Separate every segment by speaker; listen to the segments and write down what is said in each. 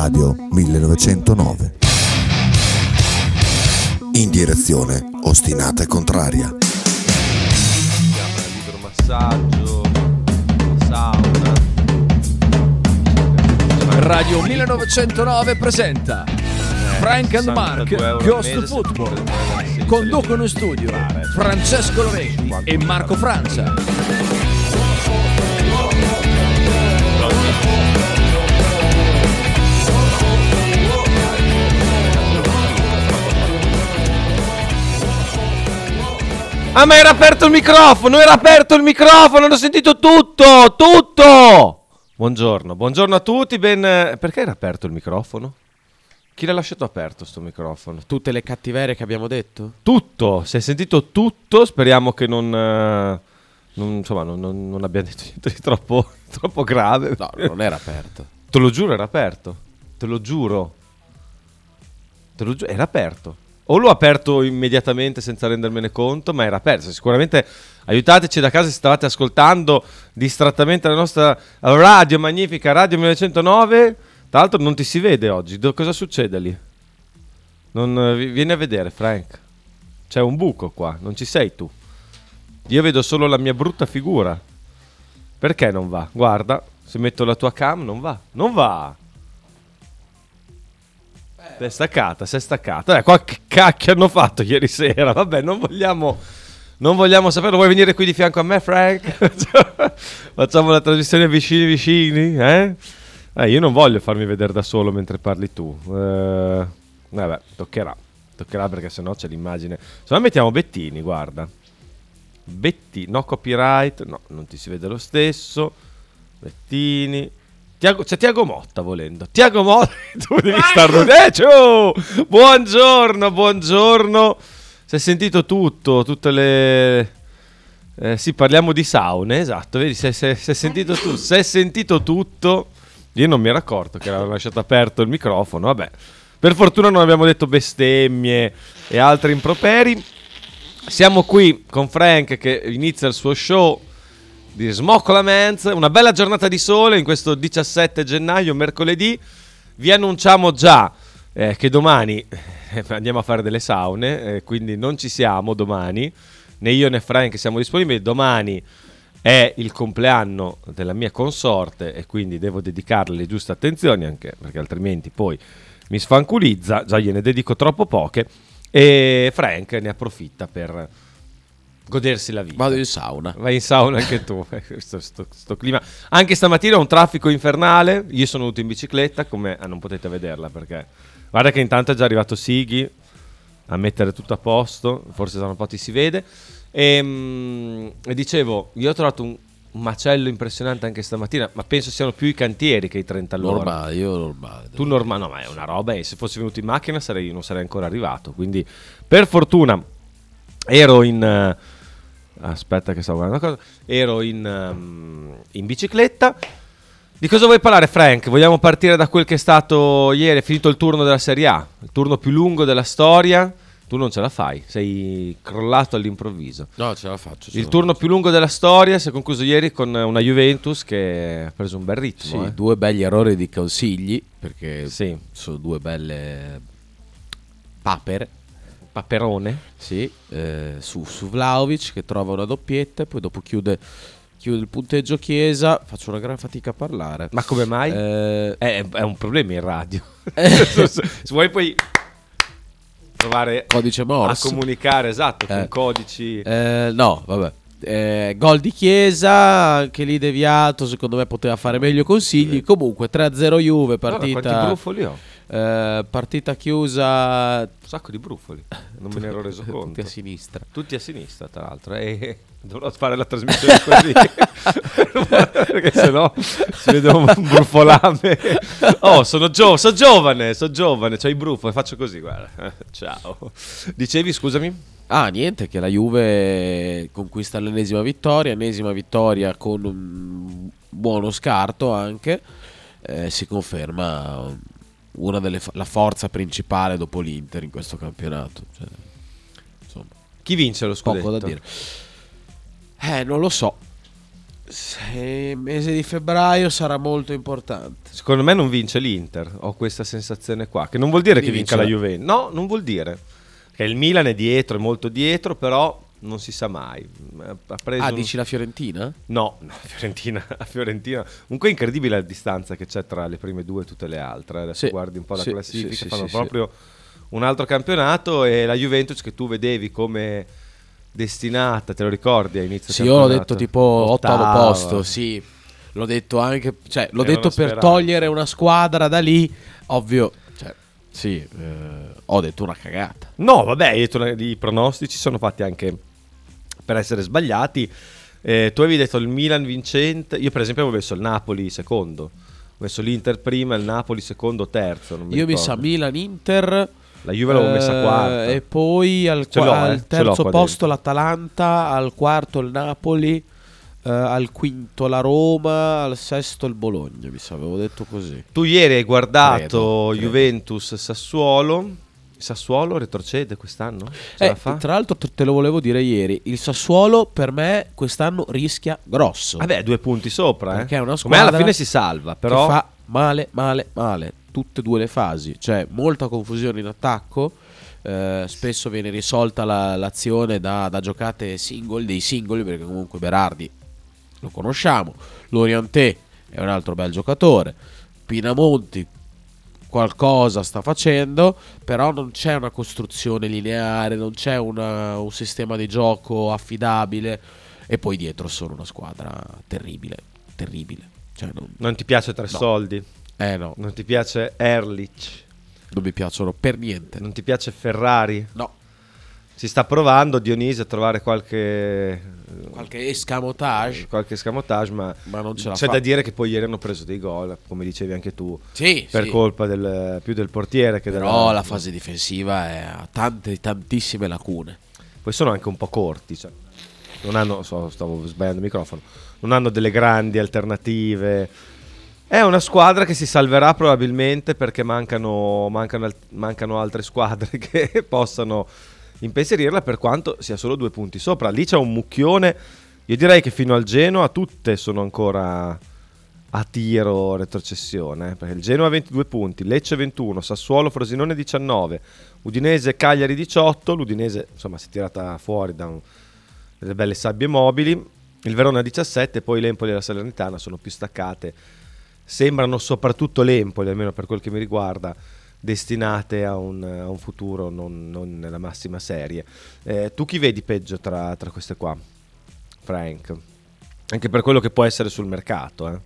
Speaker 1: Radio 1909. In direzione ostinata e contraria.
Speaker 2: Massaggio, sauna.
Speaker 3: Radio 1909 presenta Frank and Mark Ghost Football. Conducono in studio Francesco Loretti e Marco Francia.
Speaker 2: Ah, ma era aperto il microfono, non ho sentito tutto. Buongiorno a tutti, perché era aperto il microfono? Chi l'ha lasciato aperto sto microfono?
Speaker 4: Tutte le cattiverie che abbiamo detto?
Speaker 2: Tutto, si è sentito tutto, speriamo che non abbia detto niente di troppo grave.
Speaker 4: No, non era aperto.
Speaker 2: Te lo giuro, era aperto. Te lo giuro, era aperto. O l'ho aperto immediatamente senza rendermene conto, ma era aperto. Sicuramente aiutateci da casa se stavate ascoltando distrattamente la nostra radio magnifica, Radio 1909. Tra l'altro non ti si vede oggi. Cosa succede lì? Vieni a vedere, Frank. C'è un buco qua, non ci sei tu. Io vedo solo la mia brutta figura. Perché non va? Guarda, se metto la tua cam non va. Non va. Si è staccata. Qua che cacchio hanno fatto ieri sera? Vabbè, non vogliamo saperlo. Vuoi venire qui di fianco a me, Frank? Facciamo la trasmissione vicini, eh? Io non voglio farmi vedere da solo mentre parli tu. Vabbè, toccherà perché sennò c'è l'immagine. Se no mettiamo Bettini, guarda. No copyright, no, non ti si vede lo stesso. Bettini. C'è Tiago Motta volendo. Tiago Motta, tu devi star buongiorno. Si è sentito tutto, tutte le... sì, parliamo di saune, esatto, vedi, si è sentito tutto. Io non mi ero accorto che avevano lasciato aperto il microfono, vabbè. Per fortuna non abbiamo detto bestemmie e altri improperi. Siamo qui con Frank che inizia il suo show di Smoccolaments, una bella giornata di sole in questo 17 gennaio, mercoledì. Vi annunciamo già che domani andiamo a fare delle saune, quindi non ci siamo domani, né io né Frank siamo disponibili. Domani è il compleanno della mia consorte e quindi devo dedicarle le giuste attenzioni, anche perché altrimenti poi mi sfanculizza, già gliene dedico troppo poche, e Frank ne approfitta per godersi la vita.
Speaker 4: Vado in sauna.
Speaker 2: Vai in sauna anche tu. Sto clima. Anche stamattina un traffico infernale. Io sono venuto in bicicletta, come non potete vederla perché guarda che intanto è già arrivato Sighi a mettere tutto a posto. Forse da un po' ti si vede. E dicevo, io ho trovato un macello impressionante anche stamattina, ma penso siano più i cantieri che i 30 all'ora.
Speaker 4: Normale.
Speaker 2: Tu normale? No, ma è una roba. E se fossi venuto in macchina non sarei ancora arrivato. Quindi per fortuna ero in... aspetta che stavo guardando una cosa. Ero in bicicletta. Di cosa vuoi parlare, Frank? Vogliamo partire da quel che è stato ieri. È finito il turno della Serie A, il turno più lungo della storia. Tu non ce la fai, sei crollato all'improvviso.
Speaker 4: No, ce la faccio.
Speaker 2: Il turno più lungo della storia si è concluso ieri con una Juventus che ha preso un bel ritmo.
Speaker 4: Sì, due belli errori di consigli, perché
Speaker 2: sì,
Speaker 4: sono due belle
Speaker 2: paperone.
Speaker 4: Sì, su Vlahovic che trova una doppietta e poi dopo chiude il punteggio Chiesa. Faccio una gran fatica a parlare.
Speaker 2: Ma come mai? È un problema in radio. Se vuoi poi provare
Speaker 4: codice Morse
Speaker 2: a comunicare, esatto, con codici.
Speaker 4: No, vabbè. Gol di Chiesa, anche lì deviato, secondo me poteva fare meglio consigli. Comunque 3-0 Juve, partita.
Speaker 2: Allora, quanti brufoli ho?
Speaker 4: Partita chiusa.
Speaker 2: Un sacco di brufoli, non me ne ero reso conto. Tutti a sinistra, tra l'altro. E dovrò fare la trasmissione così perché sennò si vede un brufolame. Sono giovane, c'ho i brufoli, faccio così, guarda. Ciao. Dicevi, scusami?
Speaker 4: Niente, che la Juve conquista l'ennesima vittoria con un buono scarto anche. Si conferma la forza principale dopo l'Inter in questo campionato. Insomma,
Speaker 2: chi vince lo scudetto?
Speaker 4: Poco da dire. Non lo so. Mese di febbraio sarà molto importante.
Speaker 2: Secondo me non vince l'Inter, ho questa sensazione qua, che non vuol dire che vinca la Juventus. No, non vuol dire. Che il Milan è dietro, è molto dietro, però non si sa mai. Ha preso
Speaker 4: dici la Fiorentina?
Speaker 2: No, Fiorentina. Comunque è incredibile la distanza che c'è tra le prime due e tutte le altre. Adesso guardi un po' la classifica, fanno proprio un altro campionato, e la Juventus che tu vedevi come destinata, te lo ricordi a inizio
Speaker 4: campionato? Io l'ho detto tipo
Speaker 2: ottavo
Speaker 4: posto, sì. L'ho detto anche, cioè l'ho detto per togliere una squadra da lì, ovvio, cioè sì, ho detto una cagata.
Speaker 2: No, vabbè, i pronostici sono fatti anche per essere sbagliati. Tu avevi detto il Milan vincente, io per esempio avevo messo il Napoli secondo, ho messo l'Inter prima, il Napoli secondo, terzo, non mi ricordo.
Speaker 4: Mi sa Milan-Inter,
Speaker 2: la Juve l'avevo messa quarta,
Speaker 4: e poi al terzo posto l'Atalanta, al quarto il Napoli, al quinto la Roma, al sesto il Bologna, mi sa, avevo detto così.
Speaker 2: Tu ieri hai guardato credo. Juventus-Sassuolo. Sassuolo retrocede quest'anno?
Speaker 4: Tra l'altro te lo volevo dire ieri, il Sassuolo per me quest'anno rischia grosso.
Speaker 2: Vabbè, 2 punti sopra,
Speaker 4: perché è una squadra
Speaker 2: alla fine si salva, però
Speaker 4: che fa male tutte e due le fasi, cioè molta confusione in attacco, spesso viene risolta l'azione da giocate dei singoli, perché comunque Berardi lo conosciamo, Lorientè è un altro bel giocatore, Pinamonti qualcosa sta facendo, però non c'è una costruzione lineare, non c'è un sistema di gioco affidabile, e poi dietro sono una squadra terribile. Cioè
Speaker 2: non ti piace Tresoldi?
Speaker 4: No.
Speaker 2: Non ti piace Erlich?
Speaker 4: Non mi piacciono per niente.
Speaker 2: Non ti piace Ferrari?
Speaker 4: No.
Speaker 2: Si sta provando Dionisi a trovare qualche
Speaker 4: escamotage,
Speaker 2: ma
Speaker 4: non ce la
Speaker 2: c'è
Speaker 4: fa.
Speaker 2: Da dire che poi ieri hanno preso dei gol, come dicevi anche tu,
Speaker 4: per
Speaker 2: colpa più del portiere che
Speaker 4: però la fase difensiva ha tantissime lacune.
Speaker 2: Poi sono anche un po' corti, cioè non hanno, stavo sbagliando il microfono, non hanno delle grandi alternative. È una squadra che si salverà probabilmente perché mancano altre squadre che possano impensierirla, per quanto sia solo 2 punti sopra. Lì c'è un mucchione. Io direi che fino al Genoa tutte sono ancora a tiro retrocessione, perché il Genoa ha 22 punti, Lecce 21, Sassuolo Frosinone 19, Udinese Cagliari 18. L'Udinese insomma si è tirata fuori da delle belle sabbie mobili. Il Verona 17, poi l'Empoli e la Salernitana sono più staccate. Sembrano, soprattutto l'Empoli, almeno per quel che mi riguarda, destinate a un futuro non nella massima serie. Tu chi vedi peggio tra queste qua, Frank? Anche per quello che può essere sul mercato,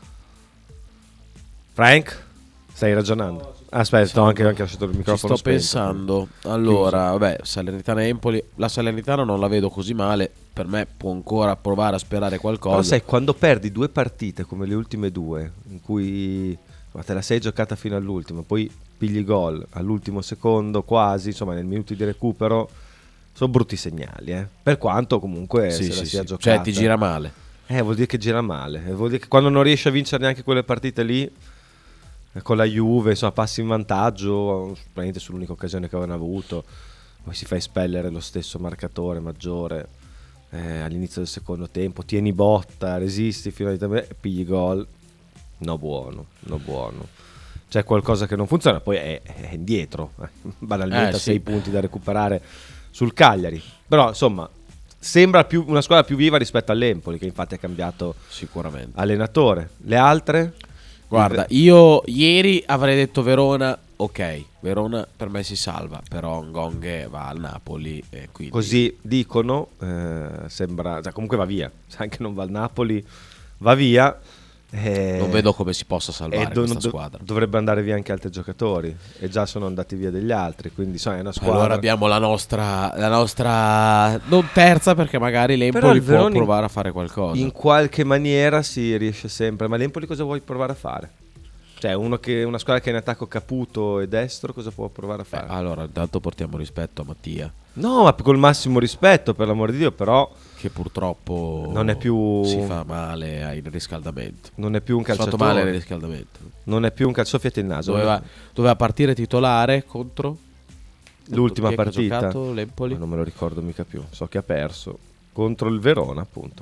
Speaker 2: Frank? Stai ragionando? Aspetta, ho anche lasciato il microfono
Speaker 4: sto
Speaker 2: spento.
Speaker 4: Pensando. Allora, vabbè, Salernitana-Empoli. La Salernitana non la vedo così male. Per me può ancora provare a sperare qualcosa.
Speaker 2: Però sai, quando perdi 2 partite come le ultime 2, in cui te la sei giocata fino all'ultimo, poi pigli gol all'ultimo secondo quasi, insomma nei minuti di recupero, sono brutti segnali, per quanto comunque se la sia giocata.
Speaker 4: Cioè ti gira male.
Speaker 2: Vuol dire che gira male, vuol dire che quando non riesci a vincere neanche quelle partite lì, con la Juve, insomma, passi in vantaggio praticamente sull'unica occasione che avevano avuto, poi si fa espellere lo stesso marcatore maggiore all'inizio del secondo tempo, tieni botta, resisti fino a pigli gol. No buono. C'è qualcosa che non funziona, poi è indietro, banalmente a 6 punti da recuperare sul Cagliari. Però insomma sembra una squadra più viva rispetto all'Empoli, che infatti ha cambiato
Speaker 4: sicuramente
Speaker 2: allenatore. Le altre?
Speaker 4: Guarda, io ieri avrei detto Verona, ok, Verona per me si salva, però Ngonghe va al Napoli e quindi...
Speaker 2: Così dicono, sembra, cioè, comunque va via, se anche non va al Napoli va via.
Speaker 4: Non vedo come si possa salvare questa squadra.
Speaker 2: Dovrebbe andare via anche altri giocatori e già sono andati via degli altri, quindi insomma, è una squadra.
Speaker 4: Allora abbiamo la nostra non terza, perché magari l'Empoli può provare a fare qualcosa.
Speaker 2: In qualche maniera si riesce sempre, ma l'Empoli cosa vuoi provare a fare? Cioè una squadra che è in attacco Caputo e destro, cosa può provare a fare?
Speaker 4: Allora intanto portiamo rispetto a Mattia.
Speaker 2: No, ma col massimo rispetto, per l'amor di Dio, però
Speaker 4: che purtroppo
Speaker 2: non è più,
Speaker 4: si fa male al riscaldamento.
Speaker 2: Non è più un calciatore.
Speaker 4: Si fa male al riscaldamento.
Speaker 2: Non è più un calcioffiate in naso.
Speaker 4: Doveva partire titolare contro
Speaker 2: l'ultima partita.
Speaker 4: Ha giocato l'Empoli?
Speaker 2: Non me lo ricordo mica più. So che ha perso contro il Verona, appunto.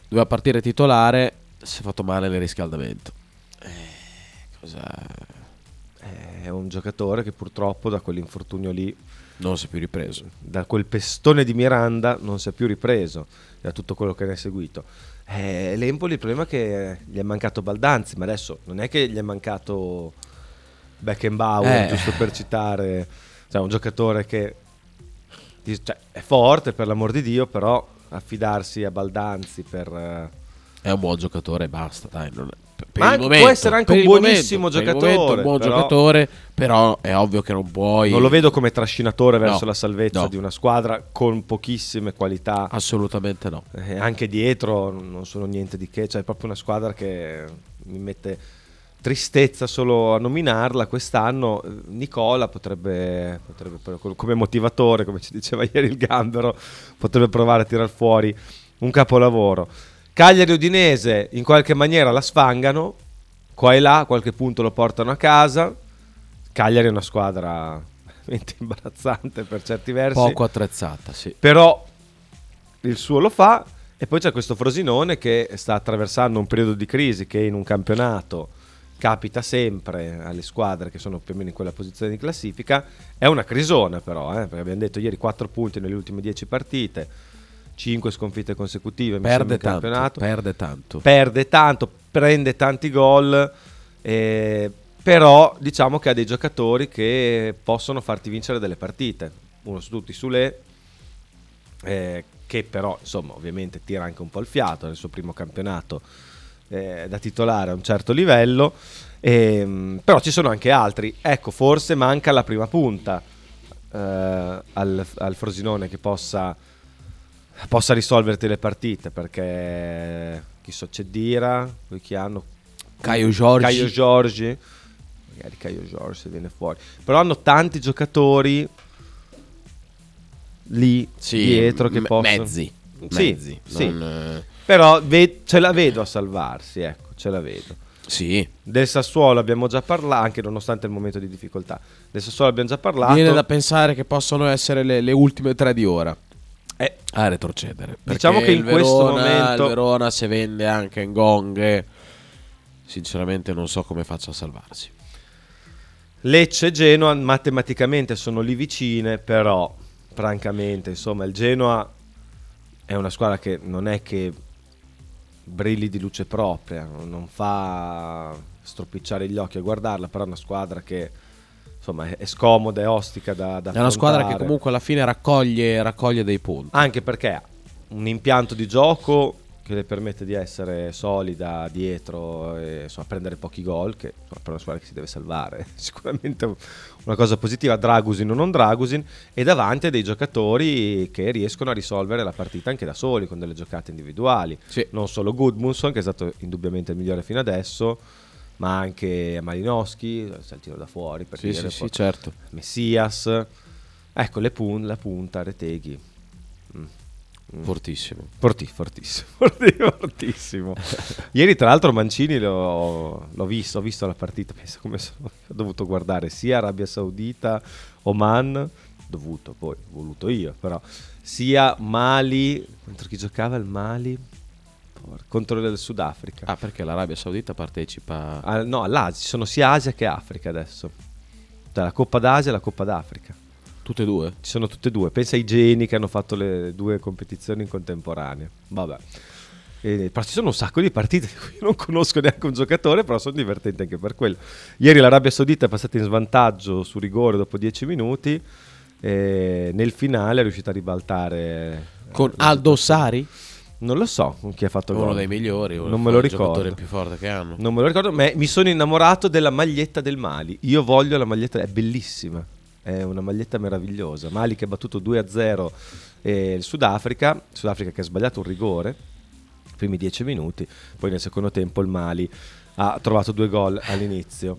Speaker 4: doveva partire titolare, si è fatto male nel riscaldamento.
Speaker 2: È un giocatore che purtroppo da quell'infortunio lì,
Speaker 4: Non si è più ripreso.
Speaker 2: da quel pestone di Miranda, non si è più ripreso, da tutto quello che ne è seguito. L'Empoli, il problema è che gli è mancato Baldanzi, ma adesso non è che gli è mancato Beckenbauer, giusto per citare, cioè un giocatore che è forte, per l'amor di Dio, però affidarsi a Baldanzi per...
Speaker 4: È un buon giocatore e basta, dai. Per
Speaker 2: Ma
Speaker 4: il momento,
Speaker 2: può essere anche
Speaker 4: per
Speaker 2: un
Speaker 4: il
Speaker 2: buonissimo
Speaker 4: momento, per il
Speaker 2: giocatore,
Speaker 4: momento un buon
Speaker 2: però-
Speaker 4: giocatore, però è ovvio che non puoi.
Speaker 2: Non lo vedo come trascinatore verso
Speaker 4: No,
Speaker 2: la salvezza
Speaker 4: no.
Speaker 2: di una squadra con pochissime qualità.
Speaker 4: Assolutamente no.
Speaker 2: Anche dietro non sono niente di che, cioè è proprio una squadra che mi mette tristezza solo a nominarla. Quest'anno Nicola potrebbe come motivatore, come ci diceva ieri il Gambero, potrebbe provare a tirar fuori un capolavoro. Cagliari e Udinese in qualche maniera la sfangano, qua e là qualche punto lo portano a casa. Cagliari è una squadra veramente imbarazzante per certi versi,
Speaker 4: Poco attrezzata, sì.
Speaker 2: però il suo lo fa. E poi c'è questo Frosinone che sta attraversando un periodo di crisi che in un campionato capita sempre alle squadre che sono più o meno in quella posizione di classifica. È una crisona però, perché abbiamo detto ieri 4 punti nelle ultime 10 partite, 5 sconfitte consecutive, mi sembra, in campionato. Perde tanto, prende tanti gol, però diciamo che ha dei giocatori che possono farti vincere delle partite. Uno su tutti, Sule, che però insomma ovviamente tira anche un po' il fiato nel suo primo campionato da titolare a un certo livello, però ci sono anche altri. Ecco, forse manca la prima punta al Frosinone che possa risolverti le partite, perché c'è Dira, poi chi hanno
Speaker 4: Caio
Speaker 2: Giorgi, magari Caio Giorgi se viene fuori, però hanno tanti giocatori lì dietro che possono
Speaker 4: mezzi,
Speaker 2: sì.
Speaker 4: non,
Speaker 2: Però ce la vedo a salvarsi, ecco, ce la vedo.
Speaker 4: sì.
Speaker 2: Del Sassuolo abbiamo già parlato, anche nonostante il momento di difficoltà. Del Sassuolo abbiamo già parlato.
Speaker 4: Viene da pensare che possono essere le ultime 3 di ora a retrocedere.
Speaker 2: Diciamo
Speaker 4: Perché
Speaker 2: che in questo momento
Speaker 4: il Verona, se vende anche Ngong, sinceramente non so come faccia a salvarsi.
Speaker 2: Lecce e Genoa matematicamente sono lì vicine, però francamente insomma il Genoa è una squadra che non è che brilli di luce propria, non fa stropicciare gli occhi a guardarla, però è una squadra che insomma è scomoda e ostica da
Speaker 4: È una squadra che
Speaker 2: affrontare.
Speaker 4: comunque alla fine raccoglie dei punti.
Speaker 2: Anche perché ha un impianto di gioco che le permette di essere solida dietro e insomma, prendere pochi gol, che insomma, per una squadra che si deve salvare sicuramente una cosa positiva. Dragusin o non Dragusin, e davanti a dei giocatori che riescono a risolvere la partita anche da soli con delle giocate individuali,
Speaker 4: Sì.
Speaker 2: non solo Gudmundsson, che è stato indubbiamente il migliore fino adesso, ma anche Malinowski, il tiro da fuori per dire,
Speaker 4: Sì, certo.
Speaker 2: Messias, ecco la punta, Reteghi.
Speaker 4: Fortissimo.
Speaker 2: Fortissimo. Ieri tra l'altro Mancini ho visto la partita, pensa come ho dovuto guardare sia Arabia Saudita, Oman, voluto io, però sia Mali, contro chi giocava il Mali? Contro il Sudafrica.
Speaker 4: Ah, perché l'Arabia Saudita partecipa?
Speaker 2: No, all'Asia, ci sono sia Asia che Africa adesso. Cioè, la Coppa d'Asia e la Coppa d'Africa.
Speaker 4: Tutte e due?
Speaker 2: Ci sono tutte e due. Pensa ai geni che hanno fatto le due competizioni in contemporanea. Vabbè. Però ci sono un sacco di partite di cui io non conosco neanche un giocatore, però sono divertenti anche per quello. Ieri l'Arabia Saudita è passata in svantaggio su rigore dopo 10 minuti e nel finale è riuscita a ribaltare
Speaker 4: Con Aldo Sari?
Speaker 2: Non lo so con chi ha fatto
Speaker 4: Uno
Speaker 2: gol.
Speaker 4: dei migliori,
Speaker 2: non me lo
Speaker 4: il
Speaker 2: ricordo.
Speaker 4: giocatore più forte che hanno.
Speaker 2: Non me lo ricordo, ma mi sono innamorato della maglietta del Mali. Io voglio la maglietta, è bellissima. È una maglietta meravigliosa. Mali che ha battuto 2-0 il Sudafrica che ha sbagliato un rigore i primi 10 minuti, poi nel secondo tempo il Mali ha trovato 2 gol all'inizio.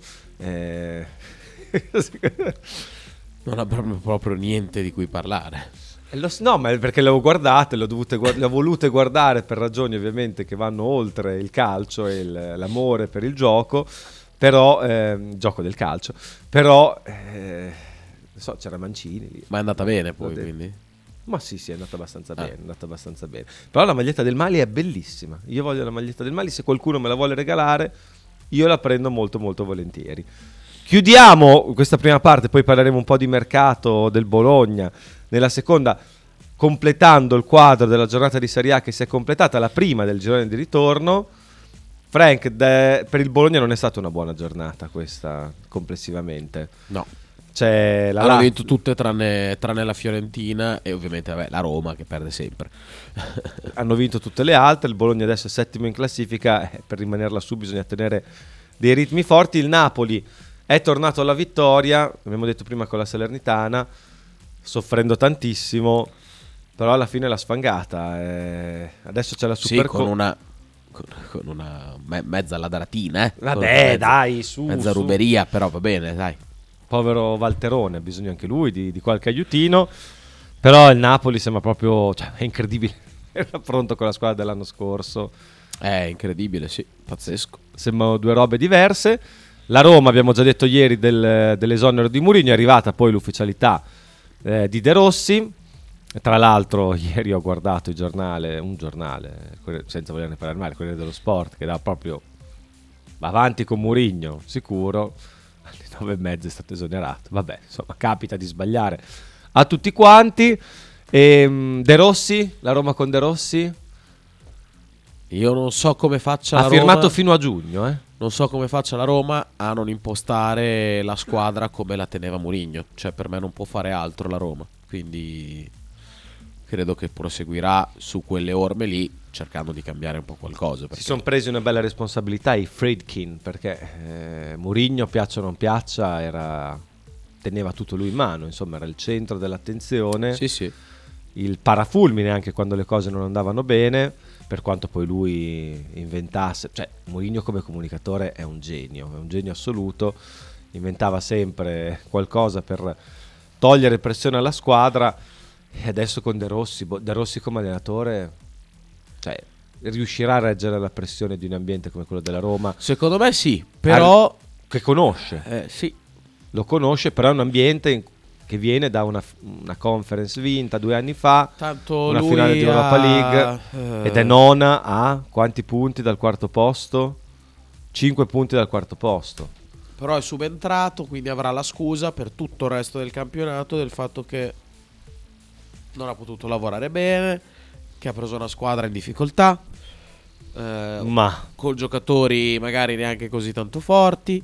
Speaker 4: Non ha proprio niente di cui parlare.
Speaker 2: No, ma è perché le ho guardate, le ho volute guardare per ragioni ovviamente che vanno oltre il calcio e l'amore per il gioco, però gioco del calcio, però so, c'era Mancini lì.
Speaker 4: Ma è andata bene poi,
Speaker 2: L'ho detto.
Speaker 4: quindi?
Speaker 2: Ma sì, è andata abbastanza bene, è andata abbastanza bene. Però la maglietta del Mali è bellissima. Io voglio la maglietta del Mali, se qualcuno me la vuole regalare, io la prendo molto molto volentieri. Chiudiamo questa prima parte, poi parleremo un po' di mercato del Bologna. Nella seconda, completando il quadro della giornata di Serie A che si è completata, la prima del girone di ritorno. Frank, per il Bologna non è stata una buona giornata questa complessivamente.
Speaker 4: No.
Speaker 2: Hanno
Speaker 4: vinto tutte tranne la Fiorentina e ovviamente la Roma che perde sempre.
Speaker 2: Hanno vinto tutte le altre. Il Bologna adesso è settimo in classifica. Per rimanere lassù bisogna tenere dei ritmi forti. Il Napoli è tornato alla vittoria, abbiamo detto prima con la Salernitana, soffrendo tantissimo, però alla fine l'ha sfangata. Adesso c'è la Supercoppa.
Speaker 4: Con una mezza ladratina,
Speaker 2: Vabbè, dai,
Speaker 4: mezza ruberia, però va bene, dai.
Speaker 2: Povero Valterone, ha bisogno anche lui di qualche aiutino. Però il Napoli sembra proprio, è incredibile. Era pronto con la squadra dell'anno scorso.
Speaker 4: È incredibile, sì, pazzesco.
Speaker 2: Sembrano due robe diverse. La Roma, abbiamo già detto ieri dell'esonero di Mourinho, è arrivata poi l'ufficialità di De Rossi. Tra l'altro ieri ho guardato un giornale, senza volerne parlare male, quello dello Sport, che dà proprio avanti con Mourinho, sicuro. Alle 9:30 è stato esonerato. Vabbè, insomma, capita di sbagliare a tutti quanti. De Rossi, la Roma con De Rossi,
Speaker 4: io non so come faccia la Roma.
Speaker 2: Ha firmato fino a giugno,
Speaker 4: Non so come faccia la Roma a non impostare la squadra come la teneva Mourinho. Cioè, per me non può fare altro la Roma. Quindi credo che proseguirà su quelle orme lì, cercando di cambiare un po' qualcosa. Perché
Speaker 2: si sono presi una bella responsabilità i Friedkin, perché Mourinho, piaccia o non piaccia, teneva tutto lui in mano, insomma era il centro dell'attenzione,
Speaker 4: sì.
Speaker 2: Il parafulmine anche quando le cose non andavano bene, per quanto poi lui inventasse. Cioè, Mourinho come comunicatore è un genio assoluto, inventava sempre qualcosa per togliere pressione alla squadra. E adesso con De Rossi come allenatore, cioè, riuscirà a reggere la pressione di un ambiente come quello della Roma?
Speaker 4: Secondo me sì, però
Speaker 2: che conosce,
Speaker 4: sì,
Speaker 2: lo conosce, però è un ambiente che viene da una conference vinta 2 anni fa,
Speaker 4: tanto
Speaker 2: una
Speaker 4: lui
Speaker 2: finale di Europa League, ed è nona a quanti punti dal quarto posto? 5 punti dal quarto posto.
Speaker 4: Però è subentrato, quindi avrà la scusa per tutto il resto del campionato del fatto che non ha potuto lavorare bene, che ha preso una squadra in difficoltà,
Speaker 2: ma
Speaker 4: con giocatori magari neanche così tanto forti.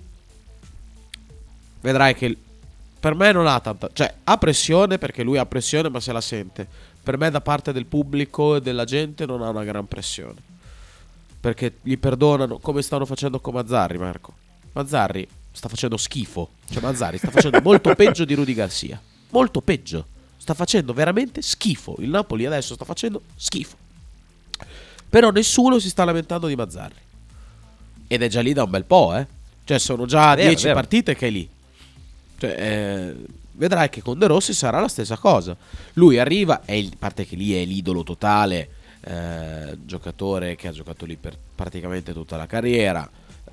Speaker 4: Vedrai che per me non ha tanta, cioè ha pressione, perché lui ha pressione ma se la sente. Per me da parte del pubblico e della gente non ha una gran pressione, perché gli perdonano, come stanno facendo con Mazzarri. Marco Mazzarri sta facendo schifo, cioè Mazzarri sta facendo molto peggio di Rudy Garcia, molto peggio, sta facendo veramente schifo. Il Napoli adesso sta facendo schifo, però nessuno si sta lamentando di Mazzarri, ed è già lì da un bel po', cioè sono già 10 partite che è lì. Cioè, vedrai che con De Rossi sarà la stessa cosa. Lui arriva, a parte che lì è l'idolo totale, giocatore che ha giocato lì per praticamente tutta la carriera,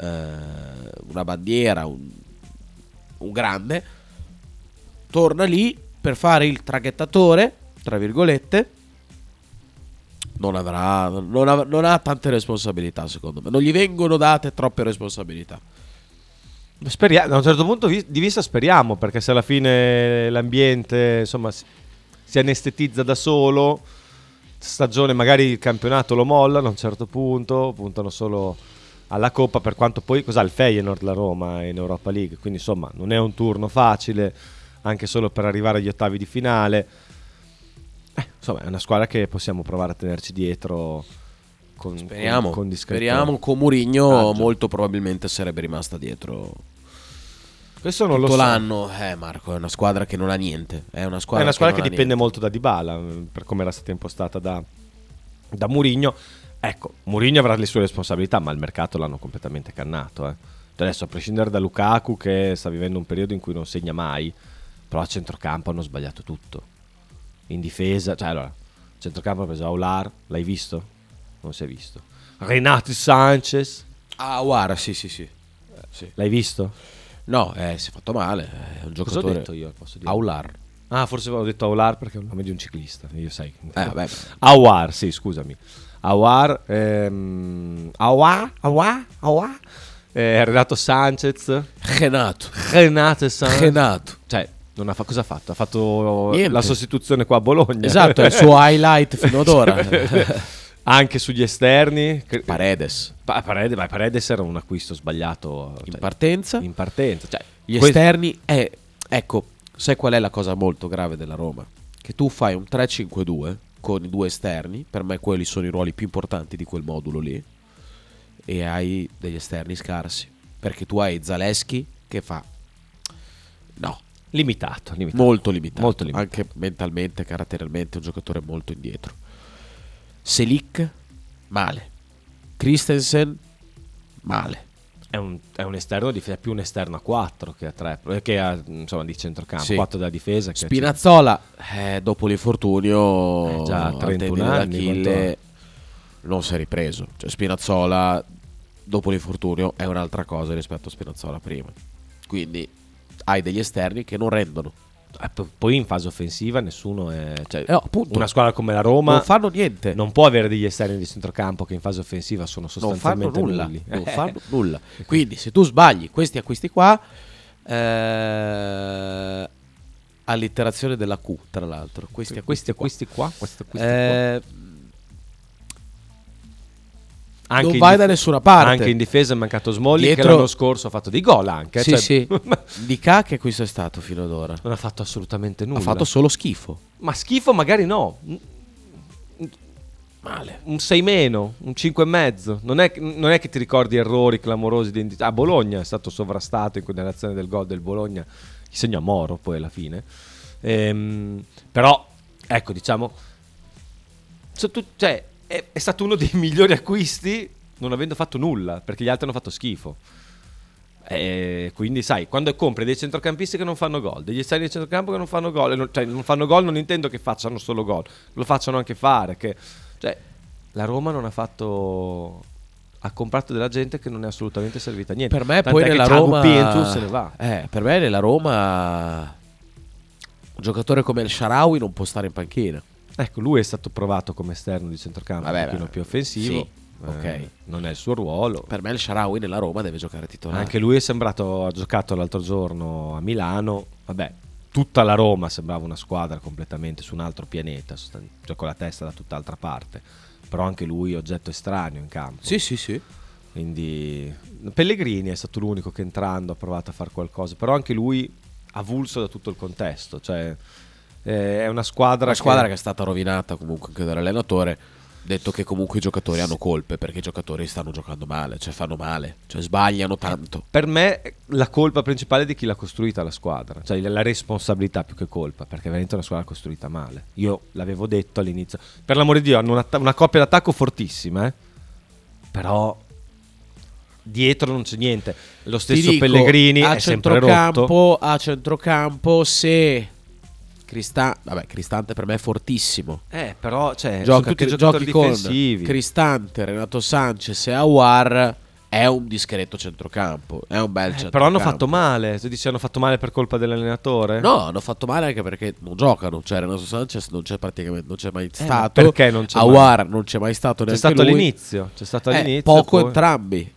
Speaker 4: una bandiera, un grande. Torna lì per fare il traghettatore, tra virgolette. Non ha tante responsabilità, secondo me. Non gli vengono date troppe responsabilità.
Speaker 2: Speriamo, da un certo punto di vista speriamo, perché se alla fine l'ambiente, insomma, si anestetizza da solo, stagione magari il campionato lo mollano a un certo punto, puntano solo alla Coppa, per quanto poi il Feyenoord, la Roma in Europa League, quindi insomma non è un turno facile anche solo per arrivare agli ottavi di finale. Insomma è una squadra che possiamo provare a tenerci dietro con discreto.
Speaker 4: Speriamo. Con Mourinho molto probabilmente sarebbe rimasta dietro
Speaker 2: questo non
Speaker 4: tutto
Speaker 2: lo so.
Speaker 4: L'anno. Marco, è una squadra che non ha niente. È una squadra
Speaker 2: che dipende molto da Dybala, per come era stata impostata da Mourinho. Ecco, Mourinho avrà le sue responsabilità, ma il mercato l'hanno completamente cannato. Adesso, a prescindere da Lukaku, che sta vivendo un periodo in cui non segna mai, però a centrocampo hanno sbagliato tutto. In difesa, a centrocampo ha preso Aoular, l'hai visto? Non si è visto. Renato Sanchez.
Speaker 4: Guarda, sì.
Speaker 2: L'hai visto?
Speaker 4: No, si è fatto male. È un giocatore.
Speaker 2: Cosa ho detto io? Posso dire?
Speaker 4: Aoular.
Speaker 2: Ah, forse avevo detto Aouar perché è un nome di un ciclista. Io sai.
Speaker 4: Vabbè.
Speaker 2: Aouar, sì, scusami. Aouar, Renato Sanchez.
Speaker 4: Renato.
Speaker 2: Cioè, non ha cosa ha fatto? Ha fatto
Speaker 4: Niente.
Speaker 2: la sostituzione qua a Bologna.
Speaker 4: Esatto, è il suo highlight fino ad ora.
Speaker 2: Anche sugli esterni.
Speaker 4: Paredes.
Speaker 2: Paredes era un acquisto sbagliato.
Speaker 4: In partenza.
Speaker 2: In partenza. Cioè,
Speaker 4: Gli esterni ecco, sai qual è la cosa molto grave della Roma? Che tu fai un 3-5-2 con i 2 esterni, per me quelli sono i ruoli più importanti di quel modulo lì, e hai degli esterni scarsi, perché tu hai Zaleschi che fa
Speaker 2: limitato.
Speaker 4: Molto limitato, anche mentalmente, caratterialmente un giocatore molto indietro. Selic male, Christensen male.
Speaker 2: È un esterno è più un esterno a 4 che a 3, che a, insomma, di centrocampo,
Speaker 4: Sì.
Speaker 2: 4 della difesa. Che
Speaker 4: Spinazzola dopo l'infortunio
Speaker 2: già
Speaker 4: al
Speaker 2: 31
Speaker 4: tendine
Speaker 2: anni,
Speaker 4: d'Achille non si è ripreso. Cioè Spinazzola dopo l'infortunio è un'altra cosa rispetto a Spinazzola prima. Quindi hai degli esterni che non rendono.
Speaker 2: Poi in fase offensiva nessuno è, cioè,
Speaker 4: appunto,
Speaker 2: una squadra come la Roma
Speaker 4: non fanno niente,
Speaker 2: non può avere degli esterni di centrocampo che in fase offensiva sono sostanzialmente nulli.
Speaker 4: Non fanno nulla. Quindi se tu sbagli questi acquisti qua, alliterazione della Q, tra l'altro, questi acquisti qua.
Speaker 2: Anche
Speaker 4: non vai da nessuna parte.
Speaker 2: Anche in difesa è mancato Smalling,
Speaker 4: Dietro...
Speaker 2: che l'anno scorso ha fatto dei gol anche.
Speaker 4: Sì,
Speaker 2: cioè...
Speaker 4: sì. Di K che questo è stato fino ad ora?
Speaker 2: Non ha fatto assolutamente nulla.
Speaker 4: Ha fatto solo schifo.
Speaker 2: Ma schifo magari no.
Speaker 4: Male.
Speaker 2: Un 6 meno, un 5 e mezzo. Non è che ti ricordi errori clamorosi di identità. Bologna è stato sovrastato in quell'azione del gol del Bologna. Gli segna Moro poi alla fine. Però, ecco, diciamo... Cioè... È stato uno dei migliori acquisti non avendo fatto nulla, perché gli altri hanno fatto schifo. Quindi sai, quando compri dei centrocampisti che non fanno gol, degli esterni di centrocampo che non fanno gol, cioè non fanno gol, non intendo che facciano solo gol, lo facciano anche fare, cioè la Roma non ha fatto, ha comprato della gente che non è assolutamente servita a niente.
Speaker 4: Per me
Speaker 2: tant'è
Speaker 4: poi
Speaker 2: che
Speaker 4: nella
Speaker 2: Thiago
Speaker 4: Roma
Speaker 2: Pinto se ne va.
Speaker 4: Per me nella Roma un giocatore come il Shaarawy non può stare in panchina.
Speaker 2: Ecco, lui è stato provato come esterno di centrocampo, un pochino più offensivo.
Speaker 4: Sì, ok.
Speaker 2: Non è il suo ruolo.
Speaker 4: Per me il Shaarawy nella Roma deve giocare titolare.
Speaker 2: Anche lui è sembrato, ha giocato l'altro giorno a Milano. Vabbè, tutta la Roma sembrava una squadra completamente su un altro pianeta, cioè con la testa da tutt'altra parte. Però anche lui oggetto estraneo in campo.
Speaker 4: Sì.
Speaker 2: Quindi Pellegrini è stato l'unico che entrando ha provato a fare qualcosa. Però anche lui avulso da tutto il contesto. Cioè è una squadra
Speaker 4: che è stata rovinata comunque anche dall'allenatore, detto che comunque i giocatori hanno colpe, perché i giocatori stanno giocando male, cioè fanno male, cioè sbagliano tanto.
Speaker 2: Per me la colpa principale è di chi l'ha costruita la squadra, cioè la responsabilità più che colpa, perché veramente è una squadra costruita male. Io l'avevo detto all'inizio, per l'amore di Dio hanno una coppia d'attacco fortissima, però dietro non c'è niente. Lo stesso Pellegrini è sempre rotto.
Speaker 4: A centrocampo se Cristante per me è fortissimo.
Speaker 2: Però cioè,
Speaker 4: giochi con
Speaker 2: difensivi.
Speaker 4: Cristante, Renato Sanchez e Aouar, è un discreto centrocampo. È un bel centrocampo.
Speaker 2: Però hanno fatto male. Tu dici hanno fatto male per colpa dell'allenatore?
Speaker 4: No, hanno fatto male anche perché non giocano. Cioè Renato Sanchez non c'è praticamente, non c'è mai stato.
Speaker 2: Perché non c'è
Speaker 4: Aouar non c'è mai stato neanche
Speaker 2: stato
Speaker 4: lui.
Speaker 2: all'inizio. C'è stato all'inizio.
Speaker 4: Poco
Speaker 2: poi...
Speaker 4: entrambi.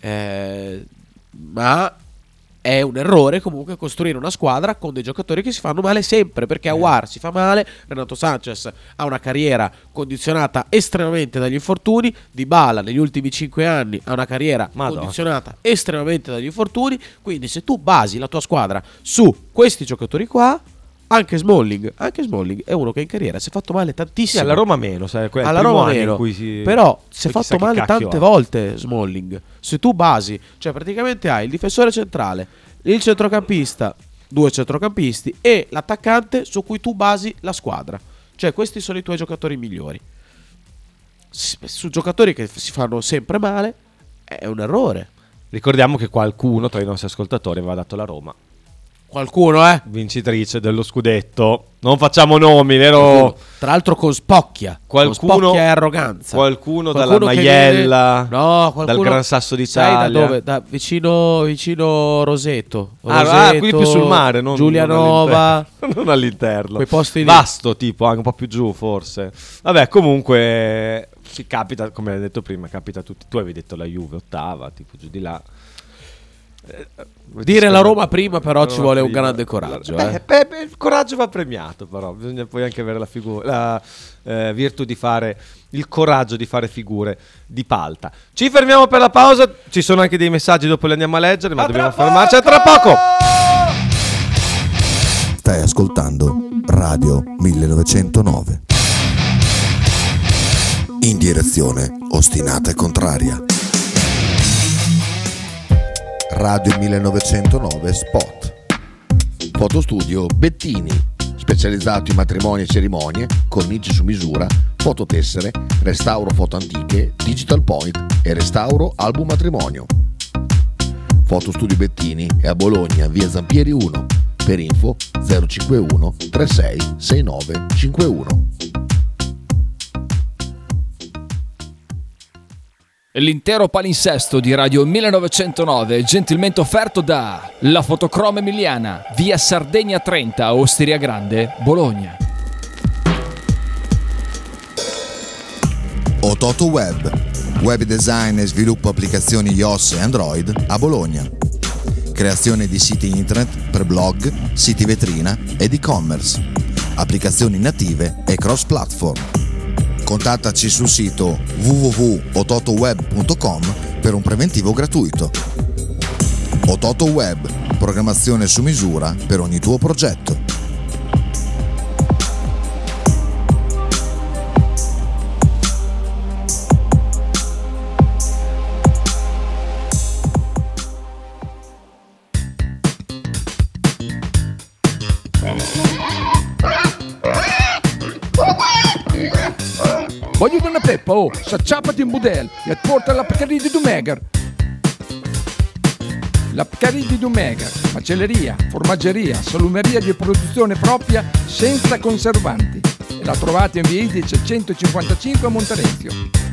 Speaker 4: Ma è un errore comunque costruire una squadra con dei giocatori che si fanno male sempre, perché Aouar si fa male, Renato Sanchez ha una carriera condizionata estremamente dagli infortuni, Dybala negli ultimi 5 anni ha una carriera condizionata estremamente dagli infortuni, quindi se tu basi la tua squadra su questi giocatori qua, anche Smalling è uno che in carriera si è fatto male tantissimo.
Speaker 2: Sì, alla Roma meno, sai,
Speaker 4: alla Roma meno, però si è fatto male tante volte Smalling. Se tu basi, cioè praticamente hai il difensore centrale, il centrocampista, 2 centrocampisti e l'attaccante su cui tu basi la squadra. Cioè questi sono i tuoi giocatori migliori. Su giocatori che si fanno sempre male è un errore.
Speaker 2: Ricordiamo che qualcuno tra i nostri ascoltatori aveva dato la Roma
Speaker 4: Qualcuno,
Speaker 2: vincitrice dello scudetto. Non facciamo nomi, vero?
Speaker 4: Tra l'altro con spocchia. Con spocchia e arroganza.
Speaker 2: Qualcuno dalla Maiella,
Speaker 4: qualcuno,
Speaker 2: dal Gran Sasso d'Italia.
Speaker 4: Sai da dove? Da vicino Roseto.
Speaker 2: Qui più sul mare, non
Speaker 4: Giulianova.
Speaker 2: Non all'interno.
Speaker 4: Quei posti lì.
Speaker 2: Vasto, tipo, anche un po' più giù forse. Vabbè, comunque si capita, come hai detto prima, capita a tutti. Tu avevi detto la Juve ottava, tipo giù di là.
Speaker 4: Dire la Roma prima, però ci vuole un grande coraggio.
Speaker 2: Il coraggio va premiato, però bisogna poi anche avere la virtù di fare il coraggio di fare figure di palta. Ci fermiamo per la pausa. Ci sono anche dei messaggi, dopo li andiamo a leggere, ma dobbiamo fermarci. Tra poco.
Speaker 1: Stai ascoltando Radio 1909. In direzione ostinata e contraria. Radio 1909 Spot. Fotostudio Bettini, specializzato in matrimoni e cerimonie, cornici su misura, fototessere, restauro foto antiche, digital point e restauro album matrimonio. Fotostudio Bettini è a Bologna, via Zampieri 1. Per info 051 36 69 51.
Speaker 3: L'intero palinsesto di Radio 1909 è gentilmente offerto da La Fotocroma Emiliana, via Sardegna 30, Osteria Grande, Bologna.
Speaker 1: Ototo Web, web design e sviluppo applicazioni iOS e Android a Bologna. Creazione di siti internet per blog, siti vetrina ed e-commerce, applicazioni native e cross-platform. Contattaci sul sito www.ototoweb.com per un preventivo gratuito. Ototo Web, programmazione su misura per ogni tuo progetto.
Speaker 5: Voglio una peppa, s'acciappati in budel e porta la Pcaridi di Dumegar. La Pcaridi di Dumegar, macelleria, formaggeria, salumeria di produzione propria senza conservanti. E la trovate in via Idice 155 a Monterezio.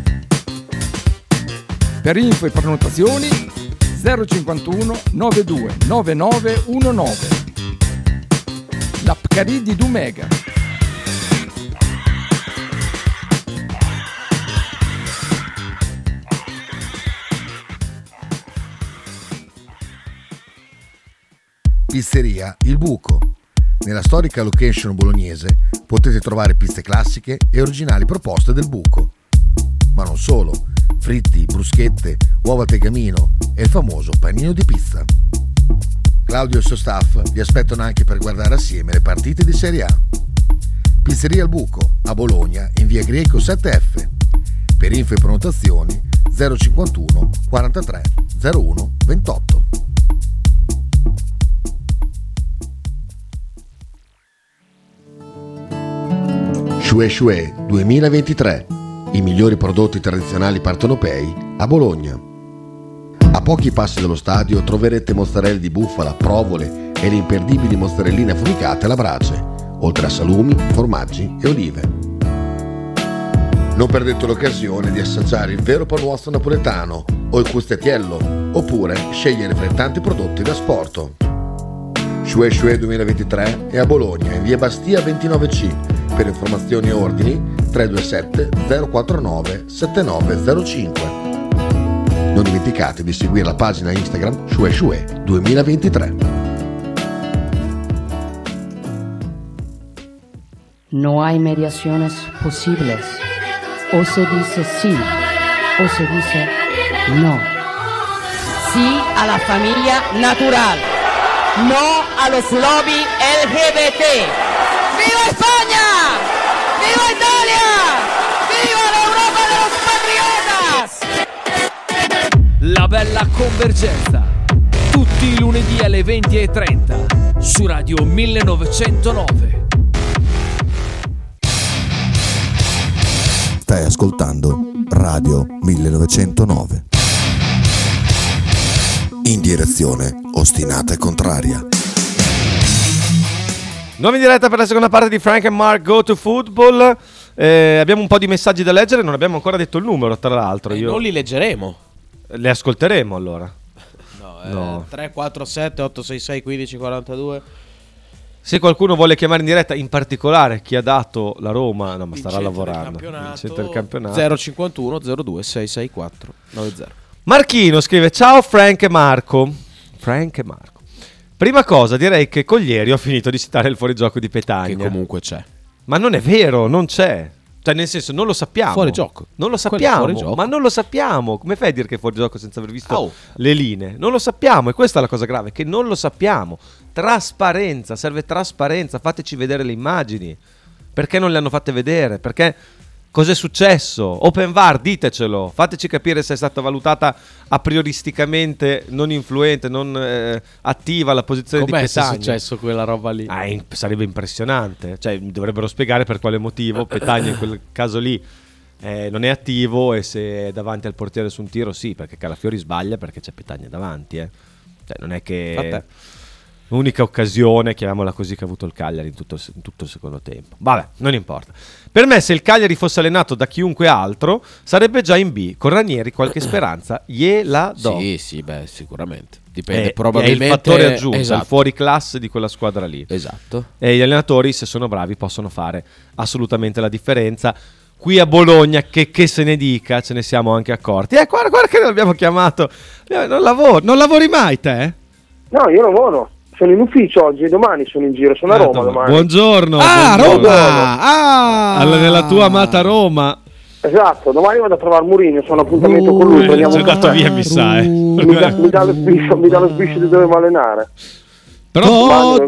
Speaker 5: Per info e prenotazioni 051 92 9919. La Pcaridi di Dumegar.
Speaker 6: Pizzeria Il Buco. Nella storica location bolognese potete trovare pizze classiche e originali proposte del Buco. Ma non solo, fritti, bruschette, uova al tegamino e il famoso panino di pizza. Claudio e il suo staff vi aspettano anche per guardare assieme le partite di Serie A. Pizzeria Il Buco, a Bologna, in via Greco 7F. Per info e prenotazioni 051 43 01 28. Shue Shue 2023. I migliori prodotti tradizionali partenopei a Bologna. A pochi passi dallo stadio troverete mozzarella di bufala, provole e le imperdibili mozzarelline affumicate alla brace, oltre a salumi, formaggi e olive. Non perdete l'occasione di assaggiare il vero panuozzo napoletano o il custettiello, oppure scegliere fra i tanti prodotti da sport. Shue Shue 2023 è a Bologna, in via Bastia 29C. Per informazioni e ordini 327 049 7905. Non dimenticate di seguire la pagina Instagram Shue Shue 2023.
Speaker 7: No hay mediaciones posibles. O se dice sí o se dice no.
Speaker 8: Sí a la familia natural. No a los lobby LGBT. ¡Viva España! ¡Viva Italia! ¡Viva l'Europa de los patriotas!
Speaker 3: La bella convergenza. Tutti i lunedì alle 20:30 su Radio 1909.
Speaker 1: Stai ascoltando Radio 1909. In direzione ostinata e contraria.
Speaker 2: Nuovi in diretta per la seconda parte di Frank and Mark Go to Football. Abbiamo un po' di messaggi da leggere, non abbiamo ancora detto il numero, tra l'altro.
Speaker 4: Non li leggeremo.
Speaker 2: Le ascolteremo allora.
Speaker 4: No. 347 866 1542.
Speaker 2: Se qualcuno vuole chiamare in diretta, in particolare chi ha dato la Roma, no, ma starà lavorando.
Speaker 4: Vincente
Speaker 2: del campionato.
Speaker 4: 051 02 664 90.
Speaker 2: Marchino scrive: ciao Frank e Marco. Prima cosa, direi che con ieri ho finito di citare il fuorigioco di Petagna.
Speaker 4: Che comunque c'è.
Speaker 2: Ma non è vero, non c'è. Cioè, nel senso, non lo sappiamo.
Speaker 4: Fuorigioco.
Speaker 2: Non lo sappiamo, ma non lo sappiamo. Come fai a dire che è fuorigioco senza aver visto le linee? Non lo sappiamo, e questa è la cosa grave, che non lo sappiamo. Trasparenza, serve trasparenza. Fateci vedere le immagini. Perché non le hanno fatte vedere? Perché cos'è successo? Open VAR, ditecelo. Fateci capire se è stata valutata a prioristicamente non influente, non attiva la posizione di Petagna.
Speaker 4: Com'è successo quella roba lì?
Speaker 2: Sarebbe impressionante. Cioè, dovrebbero spiegare per quale motivo Petagna in quel caso lì non è attivo, e se è davanti al portiere su un tiro sì, perché Calafiori sbaglia perché c'è Petagna davanti. Cioè, non è che... L'unica occasione, chiamiamola così, che ha avuto il Cagliari in tutto il secondo tempo. Vabbè, non importa. Per me, se il Cagliari fosse allenato da chiunque altro, sarebbe già in B. Con Ranieri qualche speranza gliela do.
Speaker 4: Sì, beh, sicuramente. Dipende, probabilmente.
Speaker 2: È il fattore aggiunto,
Speaker 4: esatto.
Speaker 2: Il fuoriclasse di quella squadra lì.
Speaker 4: Esatto.
Speaker 2: E gli allenatori, se sono bravi, possono fare assolutamente la differenza. Qui a Bologna, che se ne dica, ce ne siamo anche accorti. Guarda che l'abbiamo chiamato. Non lavori mai te?
Speaker 9: No, io lavoro. Sono in ufficio oggi e domani sono in giro, sono a Roma domani.
Speaker 2: Buongiorno.
Speaker 9: Roma!
Speaker 2: Nella tua amata Roma.
Speaker 9: Esatto, domani vado a trovare Mourinho, sono appuntamento con lui.
Speaker 2: Sei andato via, mi sa.
Speaker 9: Mi dà lo sbiscio di dove allenare.
Speaker 2: Però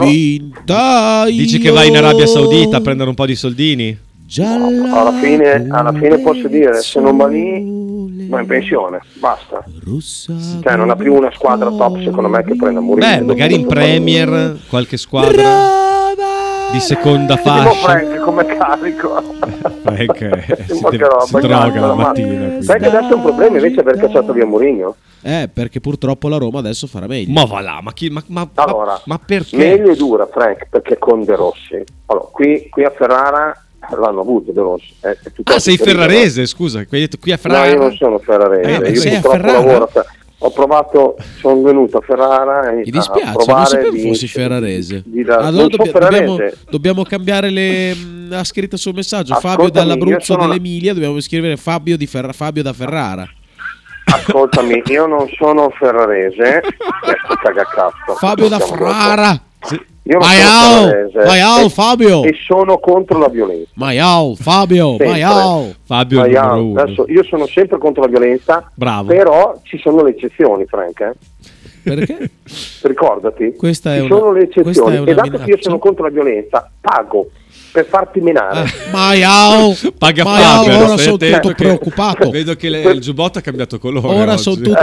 Speaker 2: dici che vai in Arabia Saudita a prendere un po' di soldini?
Speaker 9: Alla fine posso dire, se non va lì va in pensione, basta. Cioè non ha più una squadra top secondo me che prenda Mourinho.
Speaker 2: Beh, magari in Premier qualche squadra di seconda fascia.
Speaker 9: Frank come carico.
Speaker 2: Frank si droga la mattina.
Speaker 9: Sai che adesso è un problema invece aver cacciato via Mourinho?
Speaker 4: Perché purtroppo la Roma adesso farà meglio.
Speaker 2: Ma va là, ma perché?
Speaker 9: Meglio è dura, Frank, perché con De Rossi. Allora, qui a Ferrara l'hanno avuto De Rossi.
Speaker 2: Sei ferrarese, scusa, qui a Ferrara.
Speaker 9: No, io non sono ferrarese, io purtroppo lavoro. Ho provato, sono venuto a Ferrara.
Speaker 4: Mi dispiace, non sapevo fossi ferrarese. Allora dobbiamo cambiare la scritta sul messaggio. Fabio dall'Abruzzo, dell'Emilia, dobbiamo scrivere Fabio da Ferrara.
Speaker 9: Ascoltami, io non sono ferrarese, cagacazzo.
Speaker 4: Fabio da Ferrara.
Speaker 9: Io non sono ferrarese,
Speaker 4: Fabio.
Speaker 9: E sono contro la violenza.
Speaker 4: Fabio.
Speaker 9: Adesso io sono sempre contro la violenza.
Speaker 2: Bravo.
Speaker 9: Però ci sono le eccezioni, Frank.
Speaker 4: Perché?
Speaker 9: Ci
Speaker 4: sono
Speaker 9: le eccezioni. E dato che io sono contro la violenza, pago per farti menare.
Speaker 2: Paga Fabio.
Speaker 4: Ora sono tutto preoccupato.
Speaker 2: Vedo che il giubbotto ha cambiato colore.
Speaker 4: Ora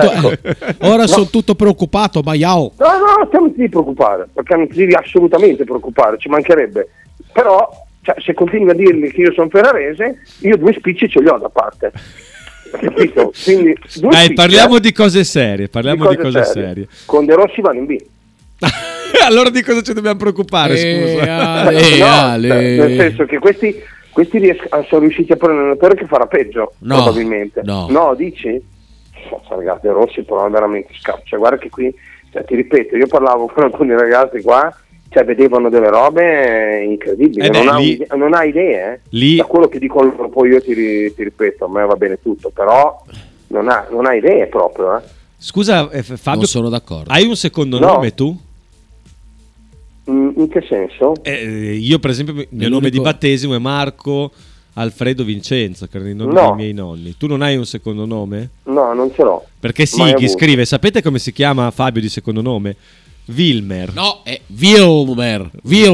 Speaker 4: sono tutto preoccupato.
Speaker 9: No, non ti devi preoccupare, perché non ti devi assolutamente preoccupare, ci mancherebbe. Però, se continui a dirmi che io sono ferrarese, io 2 spicci ce li ho da parte. Capito? Quindi,
Speaker 2: parliamo di cose serie. Di cose serie.
Speaker 9: Con De Rossi vanno in B.
Speaker 2: Allora di cosa ci dobbiamo preoccupare, scusa?
Speaker 9: Nel senso che questi sono riusciti a prendere un allenatore che farà peggio, probabilmente. No, dici? Ragazzi, De Rossi però è veramente scappa. Guarda che qui, ti ripeto, io parlavo con alcuni ragazzi qua, vedevano delle robe incredibili. Non ha idee,
Speaker 2: lì...
Speaker 9: Da quello che dico loro, poi io ti ripeto, a me va bene tutto, però non ha idee proprio.
Speaker 2: Scusa Fabio,
Speaker 4: non sono d'accordo.
Speaker 2: Hai un secondo nome tu?
Speaker 9: In che senso?
Speaker 2: Io per esempio il mio nome di battesimo è Marco Alfredo Vincenzo, che erano i nomi dei miei nonni. Tu non hai un secondo nome?
Speaker 9: No, non ce l'ho.
Speaker 2: Perché Sighi scrive, sapete come si chiama Fabio di secondo nome? Wilmer.
Speaker 4: No, è Wilmer.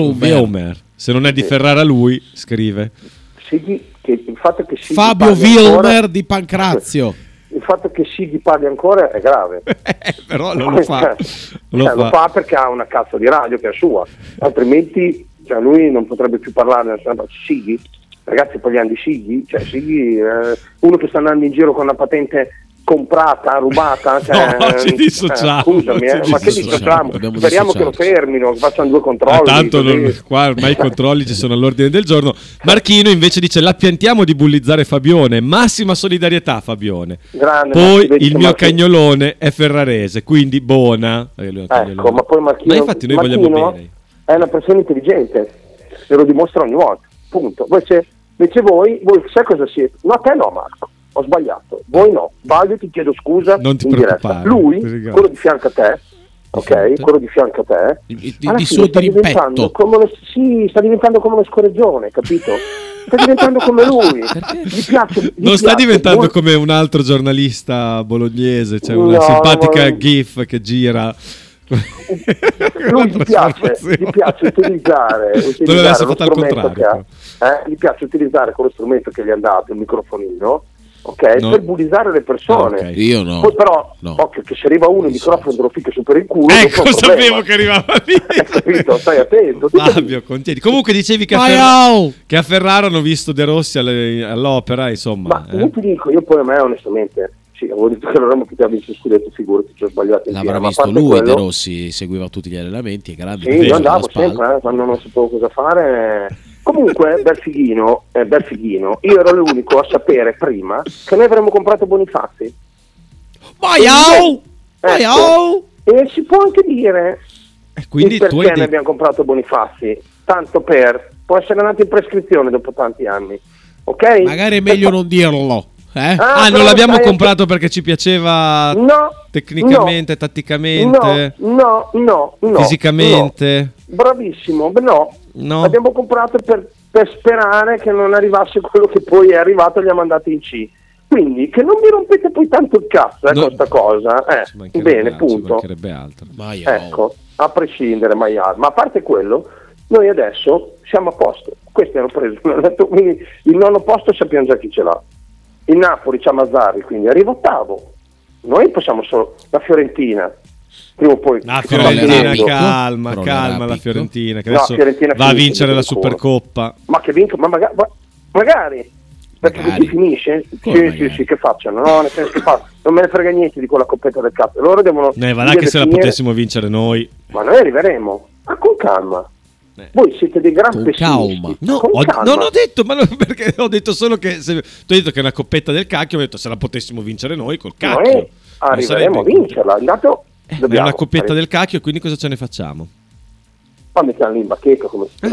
Speaker 2: Se non è di Ferrara lui, scrive.
Speaker 9: Sighi, il fatto che Sighi
Speaker 4: Fabio Wilmer di Pancrazio.
Speaker 9: Il fatto che Sighi parli ancora è grave.
Speaker 2: Però non lo fa.
Speaker 9: Lo fa perché ha una cazzo di radio che è sua. Altrimenti lui non potrebbe più parlare. Sighi? Ragazzi, parliamo di Sighi? Sighi, uno che sta andando in giro con una patente comprata, rubata, cioè,
Speaker 2: no, ci dissociamo.
Speaker 9: Scusami, ma che dissociamo? Speriamo che lo fermino, facciano 2 controlli.
Speaker 2: Tanto qua ormai i controlli ci sono all'ordine del giorno. Marchino invece dice: la piantiamo di bullizzare Fabione, massima solidarietà Fabione.
Speaker 9: Grande,
Speaker 2: poi il mio cagnolone è ferrarese, quindi buona.
Speaker 9: Ecco, ma poi Marchino,
Speaker 2: ma infatti noi vogliamo bene.
Speaker 9: È una persona intelligente, se lo dimostra ogni volta, punto. Invece voi sai cosa siete? No, te no, Marco, ho sbagliato. Voi no, sbaglio, ti chiedo scusa.
Speaker 2: Non ti
Speaker 9: in
Speaker 2: preoccupare.
Speaker 9: Diretta. Lui, quello di fianco a te, ok? Quello di fianco a te,
Speaker 4: di suo dirimpetto.
Speaker 9: Sta diventando come uno scorreggione, capito? Sta diventando come lui.
Speaker 2: Non sta diventando come un altro giornalista bolognese, c'è una simpatica gif che gira.
Speaker 9: Lui gli piace utilizzare lo strumento che ha, gli piace utilizzare quello strumento che gli ha dato, il microfonino, ok, per bullizzare le persone.
Speaker 4: Okay. Io no.
Speaker 9: Poi però, occhio, che se arriva uno il microfono te lo ficca su per il culo.
Speaker 2: Ecco, sapevo che arrivava lì.
Speaker 9: Capito? Stai attento.
Speaker 2: Fabio, contieni. Comunque dicevi che a Ferrara hanno visto De Rossi all'opera, insomma.
Speaker 9: Ma io ti dico, io poi a me onestamente, sì, avevo detto che non avremmo potuto vincere scudetto, figurati, ci ho sbagliato.
Speaker 4: L'avrà visto lui, De Rossi seguiva tutti gli allenamenti, è grande.
Speaker 9: Sì, io andavo sempre, quando non sapevo cosa fare. Comunque, bel fighino, io ero l'unico a sapere prima che noi avremmo comprato Bonifazzi. E si può anche dire
Speaker 2: quindi
Speaker 9: perché ne abbiamo comprato Bonifazzi, tanto può essere andato in prescrizione dopo tanti anni, ok?
Speaker 4: Magari è meglio non dirlo.
Speaker 2: Non l'abbiamo comprato perché ci piaceva tecnicamente, tatticamente,
Speaker 9: no,
Speaker 2: fisicamente.
Speaker 9: No. Bravissimo, no. L'abbiamo comprato per sperare che non arrivasse quello che poi è arrivato e li ha mandati in C. Quindi che non mi rompete poi tanto il cazzo con questa cosa. Bene, punto.
Speaker 2: Altro.
Speaker 9: Ecco, a prescindere, ma a parte quello, noi adesso siamo a posto. Questi hanno preso, quindi il 9° posto sappiamo già chi ce l'ha. Il Napoli c'ha Mazzarri, quindi arriva 8º. Noi possiamo solo la Fiorentina. Prima o poi
Speaker 2: la Fiorentina, calma la Fiorentina che adesso va a vincere la Supercoppa.
Speaker 9: Ma che vinca, ma magari. Perché così finisce? Sì, che facciano? No, nel senso che non me ne frega niente di quella coppetta del cazzo. Loro devono
Speaker 2: va là che se la potessimo vincere noi.
Speaker 9: Ma noi arriveremo. Ma con calma. Voi siete dei gran pessimisti.
Speaker 2: Non ho detto, perché ho detto solo che tu hai detto che è una coppetta del cacchio, ho detto se la potessimo vincere noi col cacchio.
Speaker 9: Noi arriveremo a vincerla. Intanto
Speaker 2: è una coppetta del cacchio, quindi cosa ce ne facciamo?
Speaker 9: Ma mettiamo lì in bacheca come si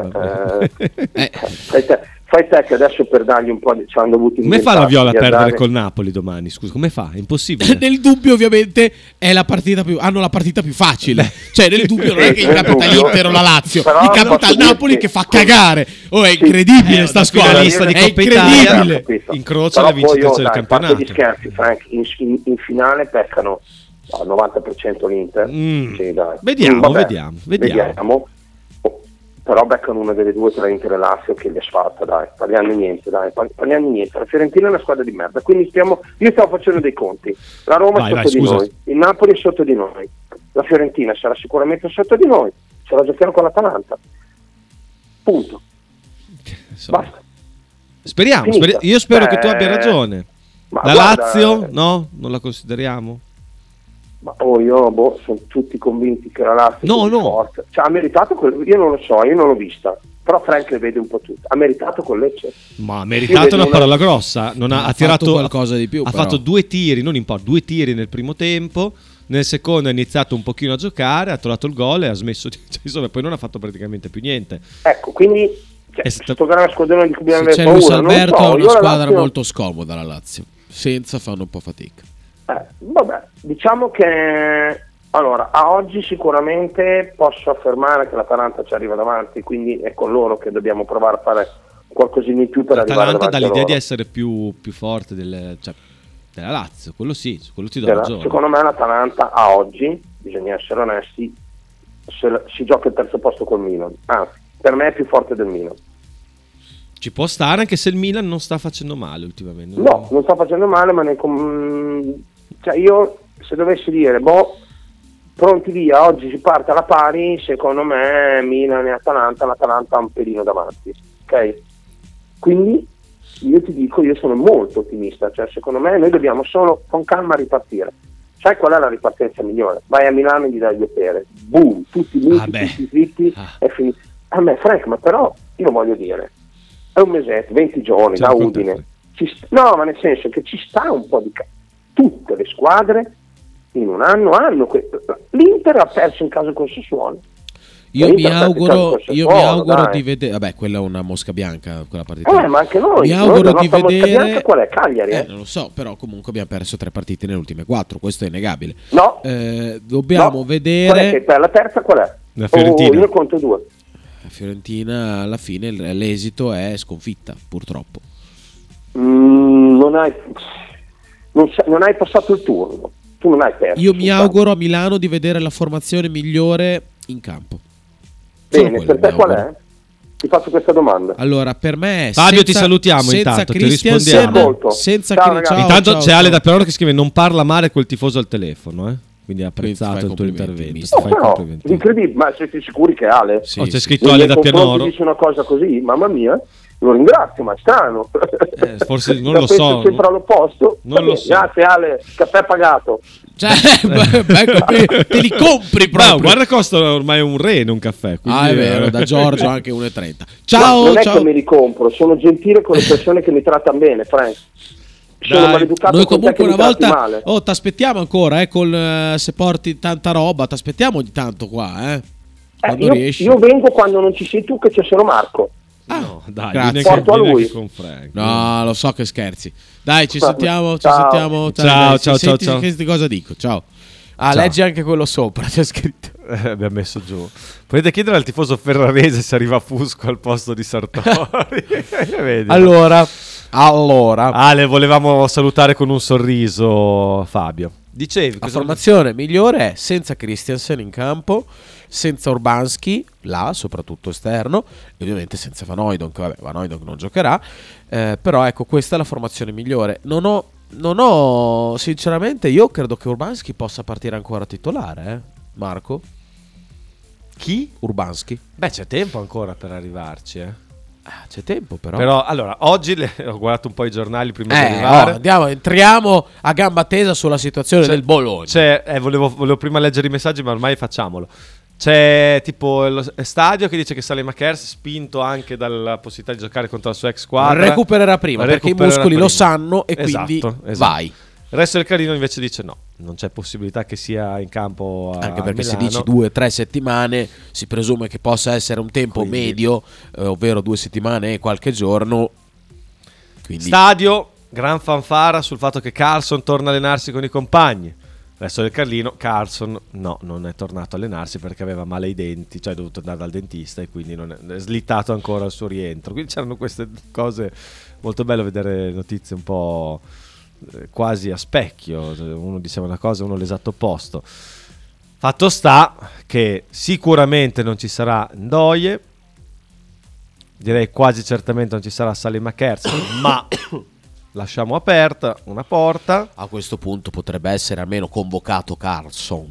Speaker 9: fai te che adesso per dargli un po' ci hanno dovuto
Speaker 2: come fa la Viola a perdere col Napoli domani? Scusa, come fa? È impossibile.
Speaker 4: Nel dubbio ovviamente è la partita hanno la partita più facile. Cioè nel dubbio non è che gli capita l'Inter o la Lazio, gli capita il Napoli che fa cagare. È incredibile sta squadra,
Speaker 2: lista di Coppa Italia incrocia la vincitrice del campionato.
Speaker 9: Gli scherzi, Frank, in finale peccano al 90% l'Inter. Sì, dai. Vediamo. Però beccano una delle due tra Inter e Lazio che li asfalta, dai, parliamo niente. La Fiorentina è una squadra di merda, quindi io stavo facendo dei conti. La Roma è sotto di noi, il Napoli è sotto di noi, la Fiorentina sarà sicuramente sotto di noi, ce la giochiamo con l'Atalanta. Punto. Basta.
Speaker 2: Speriamo. Io spero che tu abbia ragione. La Lazio, no? Non la consideriamo?
Speaker 9: Ma sono tutti convinti che la Lazio è forte. Cioè, ha meritato quello, io non lo so, io non l'ho vista, però Frank le vede un po' tutto. Ha meritato con Lecce.
Speaker 2: Ma ha meritato una parola grossa, ha tirato
Speaker 4: qualcosa di più.
Speaker 2: Ha fatto 2 tiri, non importa, 2 tiri nel primo tempo, nel secondo ha iniziato un pochino a giocare, ha trovato il gol e ha smesso insomma, poi non ha fatto praticamente più niente.
Speaker 9: Ecco, quindi questo gran squadrone di cui dobbiamo avere
Speaker 4: paura. Luis Alberto è una squadra molto scomoda la Lazio, senza fanno un po' fatica.
Speaker 9: Vabbè, diciamo che allora a oggi sicuramente posso affermare che l'Atalanta ci arriva davanti, quindi è con loro che dobbiamo provare a fare qualcosina in più per arrivare davanti.
Speaker 2: L'Atalanta dà l'idea di essere più forte della Lazio, quello sì, su quello ti do ragione.
Speaker 9: Secondo me l'Atalanta a oggi, bisogna essere onesti, si gioca il terzo posto col Milan, anzi per me è più forte del Milan.
Speaker 2: Ci può stare anche se il Milan non sta facendo male ultimamente.
Speaker 9: No, non sta facendo male, ma io se dovessi dire pronti via, oggi si parte alla pari, secondo me Milan e Atalanta, l'Atalanta ha un pelino davanti, ok? Quindi io ti dico, io sono molto ottimista, cioè secondo me noi dobbiamo solo con calma ripartire. Sai qual è la ripartenza migliore? Vai a Milano e gli dai 2 pere, boom, tutti miti, tutti zitti, è finito. A me Frank, ma però io voglio dire, è un mesetto, 20 giorni da Udine, no, ma nel senso che ci sta un po' di tutte le squadre in un anno hanno l'Inter ha perso in casa col Sassuolo.
Speaker 4: Io mi auguro di vedere. Vabbè, quella è una mosca bianca, quella partita.
Speaker 9: Ma anche noi.
Speaker 4: Mi auguro di vedere.
Speaker 9: Bianca, qual è? Cagliari?
Speaker 4: Non lo so, però comunque abbiamo perso 3 partite nelle ultime 4. Questo è innegabile.
Speaker 9: No.
Speaker 4: Dobbiamo vedere.
Speaker 9: Qual è che per la terza qual è?
Speaker 2: La Fiorentina.
Speaker 9: Io conto 2.
Speaker 4: La Fiorentina alla fine l'esito è sconfitta, purtroppo.
Speaker 9: Non hai passato il turno. Tu non hai perso.
Speaker 4: Io mi auguro a Milano di vedere la formazione migliore in campo.
Speaker 9: Bene, per te qual è? Ti faccio questa domanda.
Speaker 4: Allora, per me
Speaker 2: Fabio, ti salutiamo intanto, ti rispondiamo. Intanto c'è Ale da Peroro che scrive: non parla male col tifoso al telefono, quindi ha apprezzato il tuo intervento.
Speaker 9: Incredibile, ma siete sicuri che è Ale?
Speaker 2: Sì, c'è scritto Ale da Pianoro.
Speaker 9: Dice una cosa così, mamma mia. Lo ringrazio, ma è strano.
Speaker 2: Forse non lo so.
Speaker 9: Sempre all'opposto.
Speaker 2: Non lo so.
Speaker 9: Grazie Ale, caffè pagato.
Speaker 4: Cioè, te li compri proprio.
Speaker 2: No, guarda, costa ormai un rene un caffè.
Speaker 4: È vero, da Giorgio anche 1,30. Ciao,
Speaker 9: non è che mi ricompro, sono gentile con le persone che mi trattano bene, Frank. Sono maleducato.
Speaker 4: Noi comunque una volta ti aspettiamo ancora, se porti tanta roba, ti aspettiamo ogni tanto qua, quando riesci.
Speaker 9: Io vengo quando non ci sei tu, che c'è solo Marco.
Speaker 2: No, dai,
Speaker 4: grazie.
Speaker 9: Porto a lui.
Speaker 4: No, lo so che scherzi. Dai, ci sentiamo.
Speaker 2: Ciao.
Speaker 4: Senti cosa dico. Ciao.
Speaker 2: Ciao.
Speaker 4: Leggi anche quello sopra, c'è scritto.
Speaker 2: Abbiamo messo giù. Potete chiedere al tifoso ferrarese se arriva Fusco al posto di Sartori. Vedi,
Speaker 4: Allora,
Speaker 2: Ale, volevamo salutare con un sorriso Fabio. Dicevi,
Speaker 4: la formazione migliore è senza Christiansen in campo, senza Urbanski, là soprattutto esterno, e ovviamente senza Van Hooijdonk, che Van Hooijdonk non giocherà, però ecco, questa è la formazione migliore. Non ho sinceramente, io credo che Urbanski possa partire ancora titolare, Marco?
Speaker 2: Chi?
Speaker 4: Urbanski.
Speaker 2: Beh, c'è tempo ancora per arrivarci,
Speaker 4: C'è tempo però.
Speaker 2: Però allora, oggi ho guardato un po' i giornali prima di arrivare.
Speaker 4: Entriamo a gamba tesa sulla situazione del Bologna.
Speaker 2: Volevo prima leggere i messaggi, ma ormai facciamolo. C'è tipo lo Stadio che dice che Saelemaekers, spinto anche dalla possibilità di giocare contro la sua ex squadra,
Speaker 4: recupererà prima perché i muscoli lo sanno e quindi vai.
Speaker 2: Il resto del Carlino invece dice no, non c'è possibilità che sia in campo
Speaker 4: anche perché
Speaker 2: Milano.
Speaker 4: se dici 2-3 settimane si presume che possa essere un tempo medio, ovvero 2 settimane e qualche giorno. Quindi.
Speaker 2: Stadio, gran fanfara sul fatto che Carlson torna a allenarsi con i compagni. Il resto del Carlino, Carlson no, non è tornato a allenarsi perché aveva male ai denti, cioè è dovuto andare dal dentista e quindi non è slittato ancora il suo rientro. Quindi c'erano queste cose, molto bello vedere notizie un po' quasi a specchio, uno diceva una cosa, uno l'esatto opposto. Fatto sta che sicuramente non ci sarà Ndoye, direi quasi certamente non ci sarà Saelemaekers, ma lasciamo aperta una porta.
Speaker 4: A questo punto potrebbe essere almeno convocato Carlson.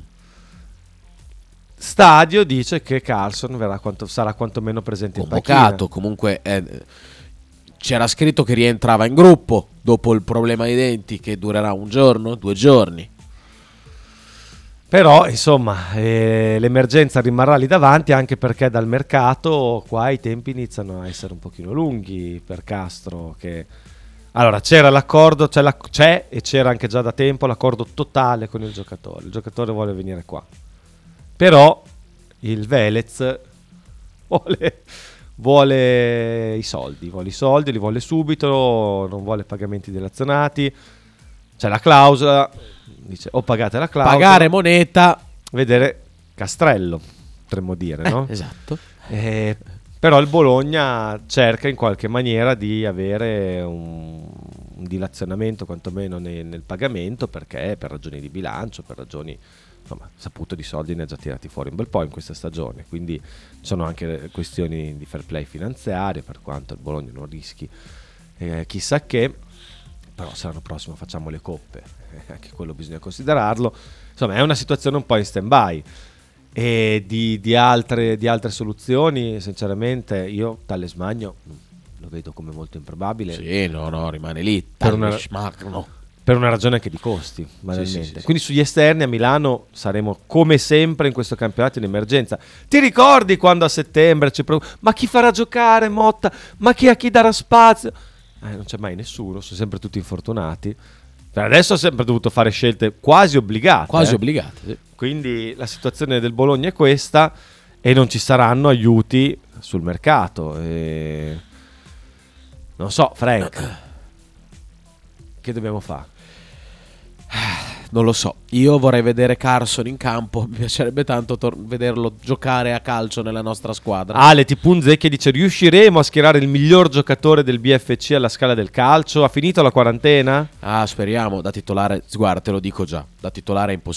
Speaker 2: Stadio dice che Carlson sarà quantomeno presente
Speaker 4: convocato,
Speaker 2: in panchina.
Speaker 4: Comunque c'era scritto che rientrava in gruppo dopo il problema ai denti che durerà 1 giorno, 2 giorni.
Speaker 2: Però insomma l'emergenza rimarrà lì davanti, anche perché dal mercato qua i tempi iniziano a essere un pochino lunghi per Castro. Allora c'era l'accordo, c'è e c'era anche già da tempo l'accordo totale con il giocatore vuole venire qua, però il Velez vuole i soldi, li vuole subito, non vuole pagamenti dilazionati, c'è la clausola, dice o pagate la clausola,
Speaker 4: pagare moneta,
Speaker 2: vedere Castrello, potremmo dire, no?
Speaker 4: Esatto.
Speaker 2: Però il Bologna cerca in qualche maniera di avere un dilazionamento quantomeno nel pagamento, perché per ragioni di bilancio, per ragioni, insomma, saputo di soldi ne ha già tirati fuori un bel po' in questa stagione, quindi ci sono anche questioni di fair play finanziario, per quanto il Bologna non rischi chissà che, però se l'anno prossimo facciamo le coppe, anche quello bisogna considerarlo. Insomma, è una situazione un po' in stand-by. E di altre soluzioni, sinceramente, io Tales Magno lo vedo come molto improbabile.
Speaker 4: Sì, no, rimane lì.
Speaker 2: Per una ragione anche di costi, banalmente. Quindi sugli esterni a Milano saremo come sempre in questo campionato in emergenza. Ti ricordi quando a settembre ma chi farà giocare Motta? Ma a chi darà spazio? Non c'è mai nessuno, sono sempre tutti infortunati. Per adesso ho sempre dovuto fare scelte quasi obbligate.
Speaker 4: Sì.
Speaker 2: Quindi la situazione del Bologna è questa e non ci saranno aiuti sul mercato. Non so, Frank, che dobbiamo fare?
Speaker 4: Non lo so, io vorrei vedere Carson in campo, mi piacerebbe tanto vederlo giocare a calcio nella nostra squadra.
Speaker 2: Ale Tipunzecchi dice: riusciremo a schierare il miglior giocatore del BFC alla Scala del Calcio? Ha finito la quarantena?
Speaker 4: Speriamo. Da titolare, guarda, te lo dico già, da titolare è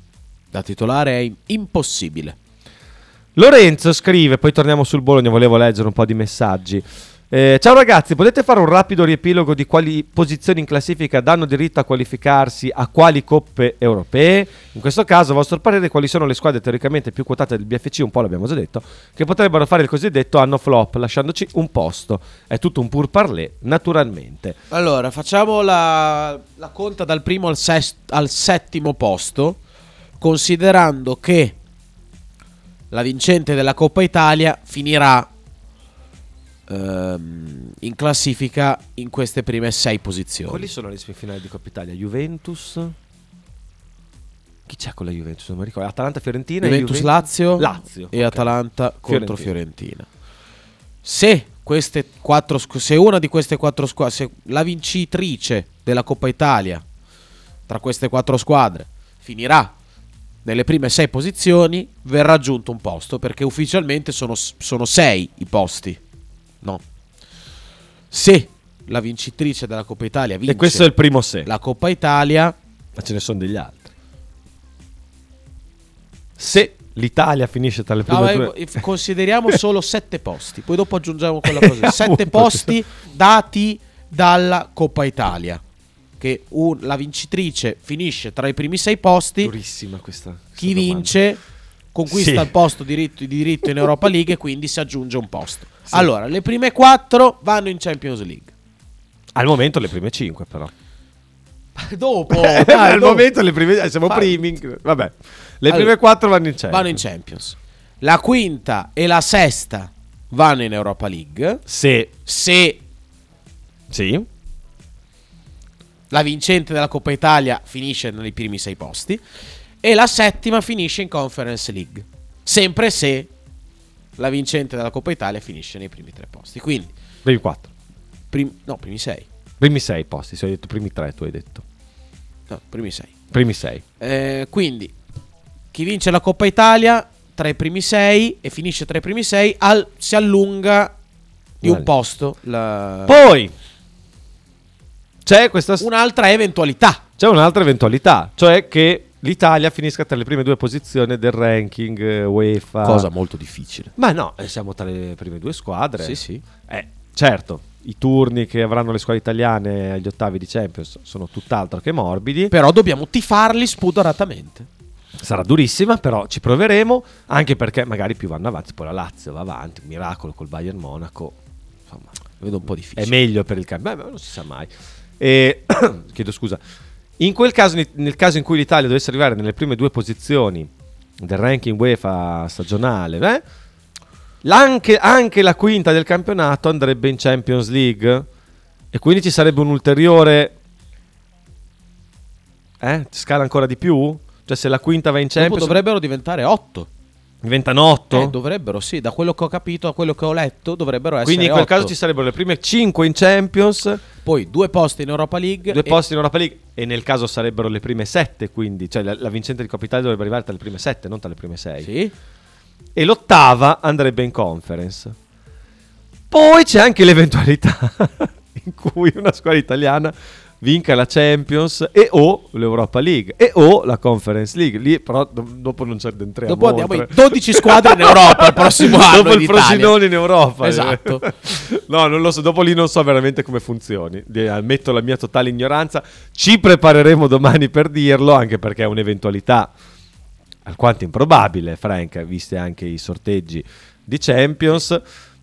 Speaker 4: impossibile.
Speaker 2: Lorenzo scrive, poi torniamo sul Bologna, volevo leggere un po' di messaggi. Ciao ragazzi, potete fare un rapido riepilogo di quali posizioni in classifica danno diritto a qualificarsi a quali coppe europee? In questo caso, a vostro parere, quali sono le squadre teoricamente più quotate del BFC, un po' l'abbiamo già detto, che potrebbero fare il cosiddetto anno flop, lasciandoci un posto? È tutto un pourparlers, naturalmente.
Speaker 4: Allora, facciamo la conta dal primo al settimo posto, considerando che la vincente della Coppa Italia finirà in classifica in queste prime 6 posizioni.
Speaker 2: Quali sono le semifinali di Coppa Italia? Juventus? Chi c'è con la Juventus? Non mi ricordo. Atalanta-Fiorentina,
Speaker 4: Juventus Lazio e
Speaker 2: okay.
Speaker 4: Atalanta contro Fiorentina. Se una di queste 4 squadre, se la vincitrice della Coppa Italia tra queste 4 squadre finirà nelle prime 6 posizioni, verrà aggiunto un posto, perché ufficialmente sono 6 i posti. No. Se la vincitrice della Coppa Italia vince,
Speaker 2: e questo è il primo se,
Speaker 4: la Coppa Italia,
Speaker 2: ma ce ne sono degli altri. Se l'Italia finisce tra le prime due,
Speaker 4: consideriamo solo 7 posti, poi dopo aggiungiamo quella cosa. 7 posti dati dalla Coppa Italia, che la vincitrice finisce tra i primi 6 posti.
Speaker 2: Durissima questa
Speaker 4: chi vince conquista il posto di diritto in Europa League e quindi si aggiunge un posto. Sì. Allora, le prime 4 vanno in Champions League.
Speaker 2: Al momento le prime 5 però.
Speaker 4: Dopo,
Speaker 2: al momento le prime siamo primi. Vabbè. Le prime 4 vanno in Champions.
Speaker 4: Vanno in Champions. La quinta e la sesta vanno in Europa League.
Speaker 2: Se
Speaker 4: sì. La vincente della Coppa Italia finisce nei primi 6 posti. E la settima finisce in Conference League. Sempre se la vincente della Coppa Italia finisce nei primi 3 posti. Quindi
Speaker 2: primi 4.
Speaker 4: Primi 6.
Speaker 2: Primi 6 posti, se hai detto primi 3 tu hai detto.
Speaker 4: No, primi 6.
Speaker 2: Primi 6.
Speaker 4: Quindi chi vince la Coppa Italia tra i primi 6 e finisce tra i primi 6 si allunga di un posto.
Speaker 2: Poi c'è
Speaker 4: un'altra eventualità.
Speaker 2: C'è un'altra eventualità, cioè che l'Italia finisca tra le prime 2 posizioni del ranking UEFA.
Speaker 4: Cosa molto difficile.
Speaker 2: Ma no, siamo tra le prime 2 squadre.
Speaker 4: Sì.
Speaker 2: Certo, i turni che avranno le squadre italiane agli ottavi di Champions sono tutt'altro che morbidi.
Speaker 4: Però dobbiamo tifarli spudoratamente.
Speaker 2: Sarà durissima, però ci proveremo, anche perché magari più vanno avanti. Poi la Lazio va avanti, un miracolo col Bayern Monaco. Insomma,
Speaker 4: vedo un po' difficile.
Speaker 2: È meglio per il cambio, ma non si sa mai. Chiedo scusa. In quel caso, nel caso in cui l'Italia dovesse arrivare nelle prime 2 posizioni del ranking UEFA stagionale, anche la quinta del campionato andrebbe in Champions League e quindi ci sarebbe un ulteriore scala ancora di più? Cioè se la quinta va in Champions
Speaker 4: dopo dovrebbero diventare 8.
Speaker 2: Diventano 8?
Speaker 4: Dovrebbero, sì, da quello che ho capito, a quello che ho letto, dovrebbero essere 8.
Speaker 2: Quindi in quel caso ci sarebbero le prime 5 in Champions,
Speaker 4: poi 2 posti in Europa League.
Speaker 2: 2 posti in Europa League e nel caso sarebbero le prime 7, quindi cioè la vincente di Coppa Italia dovrebbe arrivare tra le prime 7, non tra le prime 6.
Speaker 4: Sì.
Speaker 2: E l'ottava andrebbe in Conference. Poi c'è anche l'eventualità in cui una squadra italiana vinca la Champions e o l'Europa League e o la Conference League. Lì però dopo non ci addentriamo.
Speaker 4: Dopo andiamo in 12 squadre in Europa il prossimo anno.
Speaker 2: Dopo il Frosinone in Europa.
Speaker 4: Esatto.
Speaker 2: No, non lo so, dopo lì non so veramente come funzioni. Ammetto la mia totale ignoranza. Ci prepareremo domani per dirlo, anche perché è un'eventualità alquanto improbabile, Frank, viste anche i sorteggi di Champions.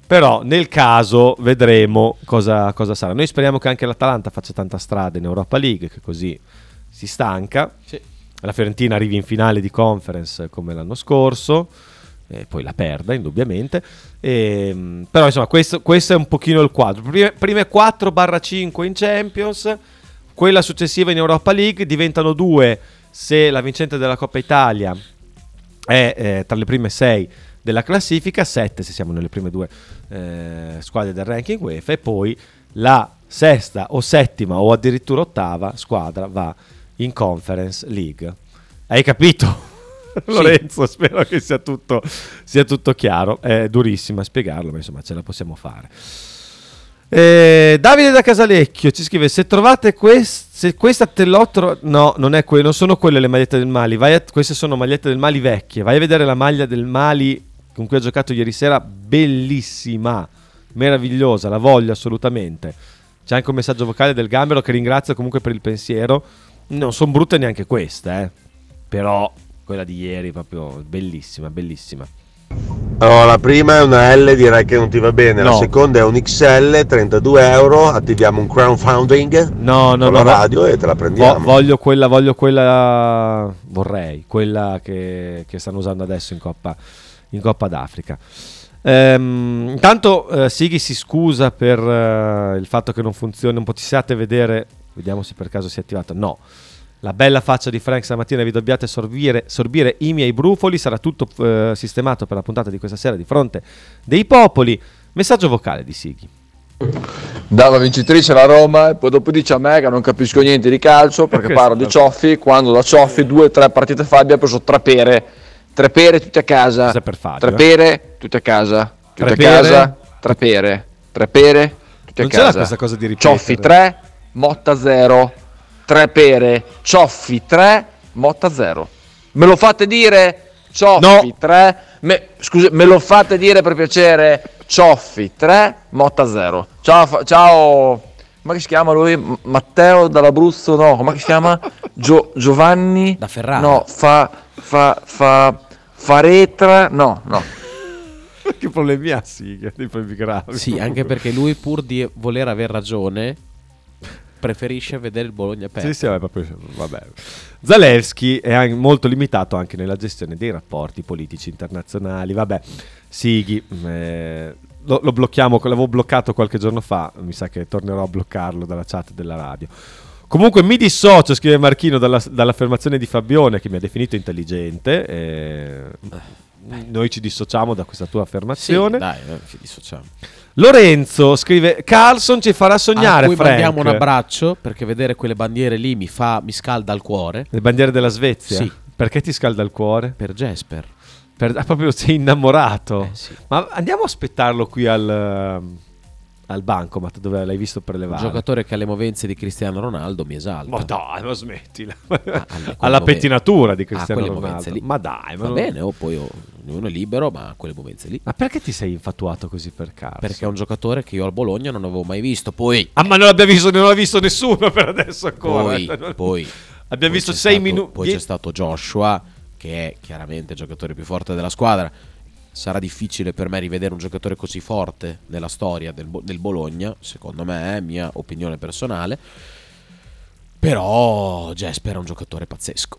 Speaker 2: Però nel caso vedremo cosa sarà. Noi speriamo che anche l'Atalanta faccia tanta strada in Europa League, che così si stanca.
Speaker 4: Sì.
Speaker 2: La Fiorentina arrivi in finale di Conference come l'anno scorso, e poi la perda indubbiamente. Però insomma questo è un pochino il quadro. Prime 4/5 in Champions, quella successiva in Europa League, diventano 2 se la vincente della Coppa Italia è tra le prime 6 della classifica, 7 se siamo nelle prime 2 squadre del ranking UEFA, e poi la sesta o settima o addirittura ottava squadra va in Conference League. Hai capito? Lorenzo, spero che sia tutto chiaro. È durissimo a spiegarlo, ma insomma ce la possiamo fare. Davide da Casalecchio ci scrive: se trovate questa te l'ho no, non è non sono quelle le magliette del Mali, queste sono magliette del Mali vecchie. Vai a vedere la maglia del Mali con cui ho giocato ieri sera, bellissima, meravigliosa, la voglio assolutamente. C'è anche un messaggio vocale del Gambero che ringrazio comunque per il pensiero. Non sono brutte neanche queste, però quella di ieri proprio bellissima.
Speaker 10: Allora, la prima è una L, direi che non ti va bene. No. La seconda è un XL, 32 euro. Attiviamo un crowdfunding con la radio e te la prendiamo.
Speaker 2: Vorrei quella che stanno usando adesso in Coppa d'Africa. Intanto Sighi si scusa per il fatto che non funziona, non possiate vedere. Vediamo se per caso si è attivato. No. La bella faccia di Frank stamattina, vi dobbiate sorbire i miei brufoli. Sarà tutto sistemato per la puntata di questa sera di Fronte dei Popoli. Messaggio vocale di Sighi.
Speaker 11: Dava vincitrice la Roma e poi dopo dice a me che non capisco niente di calcio perché parlo di Cioffi, quando da Cioffi 2 o 3 partite fa abbia preso 3 pere tutte a casa.
Speaker 2: Per Fabio,
Speaker 11: 3 pere tutte a casa, tutte a casa, 3 pere tutte a casa.
Speaker 2: Non c'era questa cosa di ripetere.
Speaker 11: Cioffi 3, Motta 0. 3 pere, Cioffi 3, Motta 0. Me lo fate dire? Cioffi 3. Me lo fate dire per piacere? Cioffi 3, Motta 0. Ciao. Come si chiama lui? Matteo dall'Abruzzo? No, come si chiama? Giovanni
Speaker 4: da Ferrara.
Speaker 11: No, Faretra. No.
Speaker 2: Che problemi ha Sighi? Dei problemi gravi.
Speaker 4: Sì, anche perché lui, pur di voler aver ragione, preferisce vedere il Bologna perso.
Speaker 2: Sì, vabbè. Zalewski è molto limitato anche nella gestione dei rapporti politici internazionali. Vabbè, Sighi lo blocchiamo, l'avevo bloccato qualche giorno fa, mi sa che tornerò a bloccarlo dalla chat della radio. Comunque mi dissocio, scrive Marchino, dall'affermazione di Fabione che mi ha definito intelligente. Noi ci dissociamo da questa tua affermazione.
Speaker 4: Sì, dai, ci dissociamo.
Speaker 2: Lorenzo scrive: Carlson ci farà sognare,
Speaker 4: a cui
Speaker 2: Frank.
Speaker 4: mandiamo un abbraccio, perché vedere quelle bandiere lì mi scalda il cuore.
Speaker 2: Le bandiere della Svezia?
Speaker 4: Sì.
Speaker 2: Perché ti scalda il cuore?
Speaker 4: Per Jesper.
Speaker 2: Proprio sei innamorato.
Speaker 4: Sì.
Speaker 2: Ma andiamo a aspettarlo qui al bancomat dove l'hai visto prelevare.
Speaker 4: Un giocatore che alle movenze di Cristiano Ronaldo mi esalta.
Speaker 2: Ma dai, ma smettila. Alla pettinatura di Cristiano Ronaldo.
Speaker 4: Ma dai, va bene, poi ognuno è libero, ma a quelle movenze lì.
Speaker 2: Ma perché ti sei infatuato così per Carlson?
Speaker 4: Perché è un giocatore che io al Bologna non avevo mai visto. Poi
Speaker 2: ma non l'ha visto nessuno per adesso ancora.
Speaker 4: Poi
Speaker 2: abbiamo visto 6 minuti.
Speaker 4: Poi c'è stato Joshua, che è chiaramente il giocatore più forte della squadra. Sarà difficile per me rivedere un giocatore così forte nella storia del Bologna, secondo me, è mia opinione personale. Però Jesper è un giocatore pazzesco.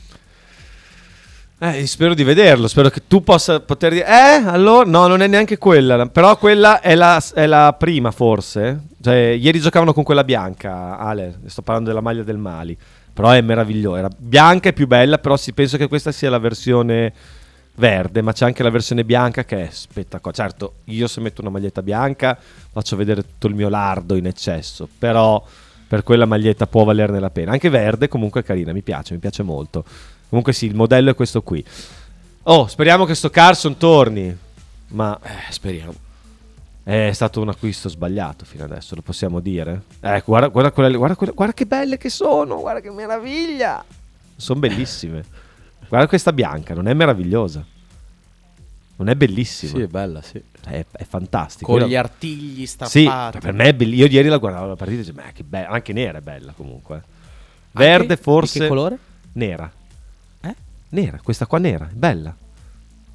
Speaker 2: Spero di vederlo, spero che tu poter dire allora no, non è neanche quella, però quella è la prima forse. Cioè, ieri giocavano con quella bianca, Ale, sto parlando della maglia del Mali, però è meravigliosa, era bianca e più bella, però penso che questa sia la versione verde, ma c'è anche la versione bianca che è spettacolare. Certo, io se metto una maglietta bianca faccio vedere tutto il mio lardo in eccesso, però per quella maglietta può valerne la pena. Anche verde comunque è carina, mi piace molto. Comunque sì, il modello è questo qui. Speriamo che sto Carlson torni, ma
Speaker 4: speriamo.
Speaker 2: È stato un acquisto sbagliato fino adesso, lo possiamo dire. Guarda che belle che sono, guarda che meraviglia. Sono bellissime. Guarda questa bianca, non è meravigliosa? Non è bellissima?
Speaker 4: Sì, è bella, sì.
Speaker 2: È fantastico.
Speaker 4: Con gli artigli strappati.
Speaker 2: Sì, per me è bellissima. Io ieri la guardavo la partita e dicevo, ma che bella. Anche nera è bella comunque. Verde forse.
Speaker 4: Di che colore?
Speaker 2: Nera. Nera, questa qua nera, è bella.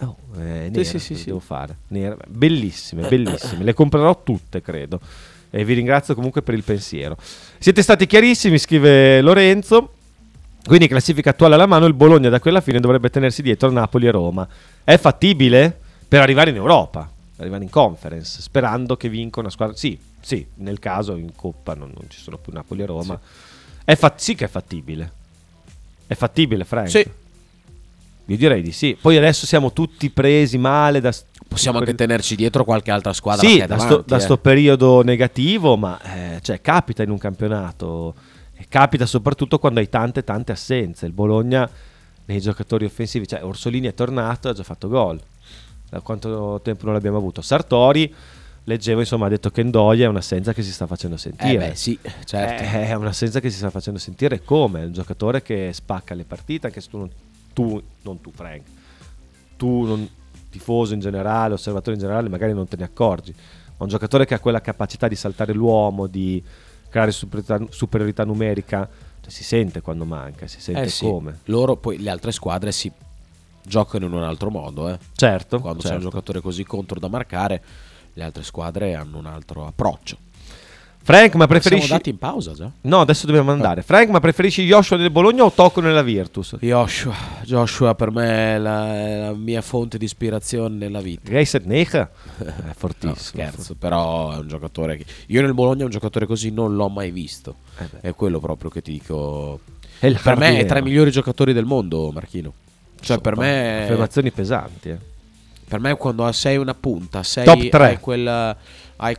Speaker 2: Nere, sì. Devo fare. Nere. Bellissime. Le comprerò tutte, credo. E vi ringrazio comunque per il pensiero. Siete stati chiarissimi, scrive Lorenzo. Quindi classifica attuale alla mano, il Bologna da quella fine dovrebbe tenersi dietro Napoli e Roma. È fattibile? Per arrivare in Europa, arrivare in Conference, sperando che vinca una squadra. Sì, nel caso in Coppa non ci sono più Napoli e Roma. Sì che è fattibile. È fattibile, Frank?
Speaker 4: Sì.
Speaker 2: Io direi di sì. Poi adesso siamo tutti presi male da...
Speaker 4: Possiamo anche tenerci dietro qualche altra squadra
Speaker 2: che
Speaker 4: è davanti,
Speaker 2: da sto periodo negativo, ma capita in un campionato. Capita soprattutto quando hai tante assenze. Il Bologna nei giocatori offensivi, cioè Orsolini è tornato e ha già fatto gol. Da quanto tempo non l'abbiamo avuto? Sartori, leggevo, insomma, ha detto che Ndoye è un'assenza che si sta facendo sentire.
Speaker 4: Sì, certo.
Speaker 2: È un'assenza che si sta facendo sentire come? Un giocatore che spacca le partite, anche se non tu Frank, tu non, tifoso in generale, osservatore in generale, magari non te ne accorgi. Ma un giocatore che ha quella capacità di saltare l'uomo, di creare superiorità numerica, cioè si sente quando manca, si sente come.
Speaker 4: Loro poi, le altre squadre si giocano in un altro modo,
Speaker 2: Certo.
Speaker 4: Quando c'è un giocatore così contro da marcare, le altre squadre hanno un altro approccio.
Speaker 2: Frank, ma preferisci...
Speaker 4: Siamo andati in pausa già?
Speaker 2: No, adesso dobbiamo andare. Frank, ma preferisci Joshua del Bologna o Tocco nella Virtus?
Speaker 4: Joshua per me è la mia fonte di ispirazione nella vita.
Speaker 2: Reset Necha è fortissimo.
Speaker 4: No, scherzo, però è un giocatore che... Io nel Bologna un giocatore così non l'ho mai visto. È quello proprio che ti dico. Per me è tra i migliori giocatori del mondo, Marchino. Cioè per me...
Speaker 2: Affermazioni pesanti.
Speaker 4: Per me quando sei una punta,
Speaker 2: top 3.
Speaker 4: Hai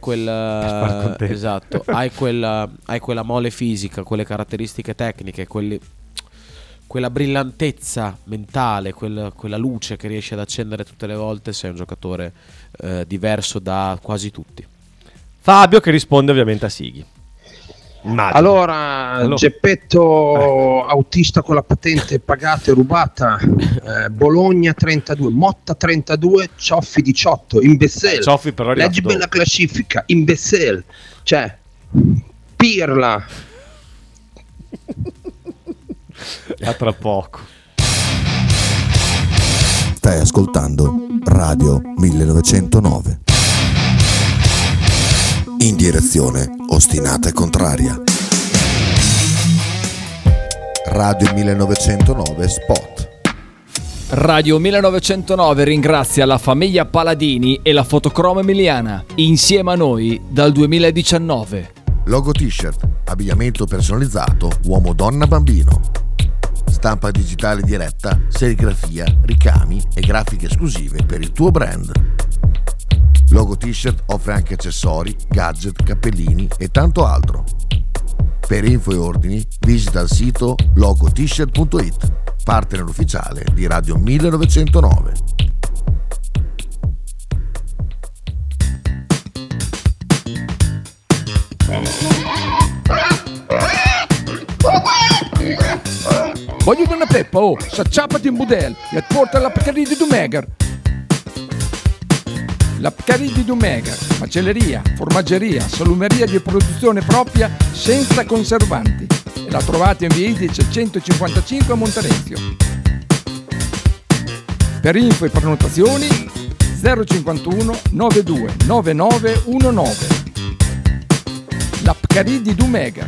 Speaker 4: quella mole fisica, quelle caratteristiche tecniche, quella brillantezza mentale, quella luce che riesci ad accendere tutte le volte, sei un giocatore diverso da quasi tutti.
Speaker 2: Fabio che risponde ovviamente a Sighi. Immagino.
Speaker 12: Allora, Geppetto autista con la patente pagata e rubata, Bologna 32, Motta 32, Cioffi 18, imbecille.
Speaker 2: Cioffi però
Speaker 12: leggi bene la classifica, imbecille. Cioè, Pirla.
Speaker 2: A tra poco.
Speaker 6: Stai ascoltando Radio 1909. In direzione ostinata e contraria. Radio 1909 Spot.
Speaker 3: Radio 1909 ringrazia la famiglia Paladini e la Fotocromo Emiliana, insieme a noi dal 2019.
Speaker 6: Logo t-shirt, abbigliamento personalizzato, uomo, donna, bambino. Stampa digitale diretta, serigrafia, ricami e grafiche esclusive per il tuo brand. Logo t-shirt offre anche accessori, gadget, cappellini e tanto altro. Per info e ordini visita il sito logotshirt.it, partner ufficiale di Radio 1909.
Speaker 5: Voglio una peppa, s'acciappati in budel e porta la Pcaridi di Dumegar. La Pcaridi di Dumegar, macelleria, formaggeria, salumeria di produzione propria senza conservanti. E la trovate in via Idice 155 a Monterezio. Per info e prenotazioni 051 92 9919. La Pcaridi di Dumegar.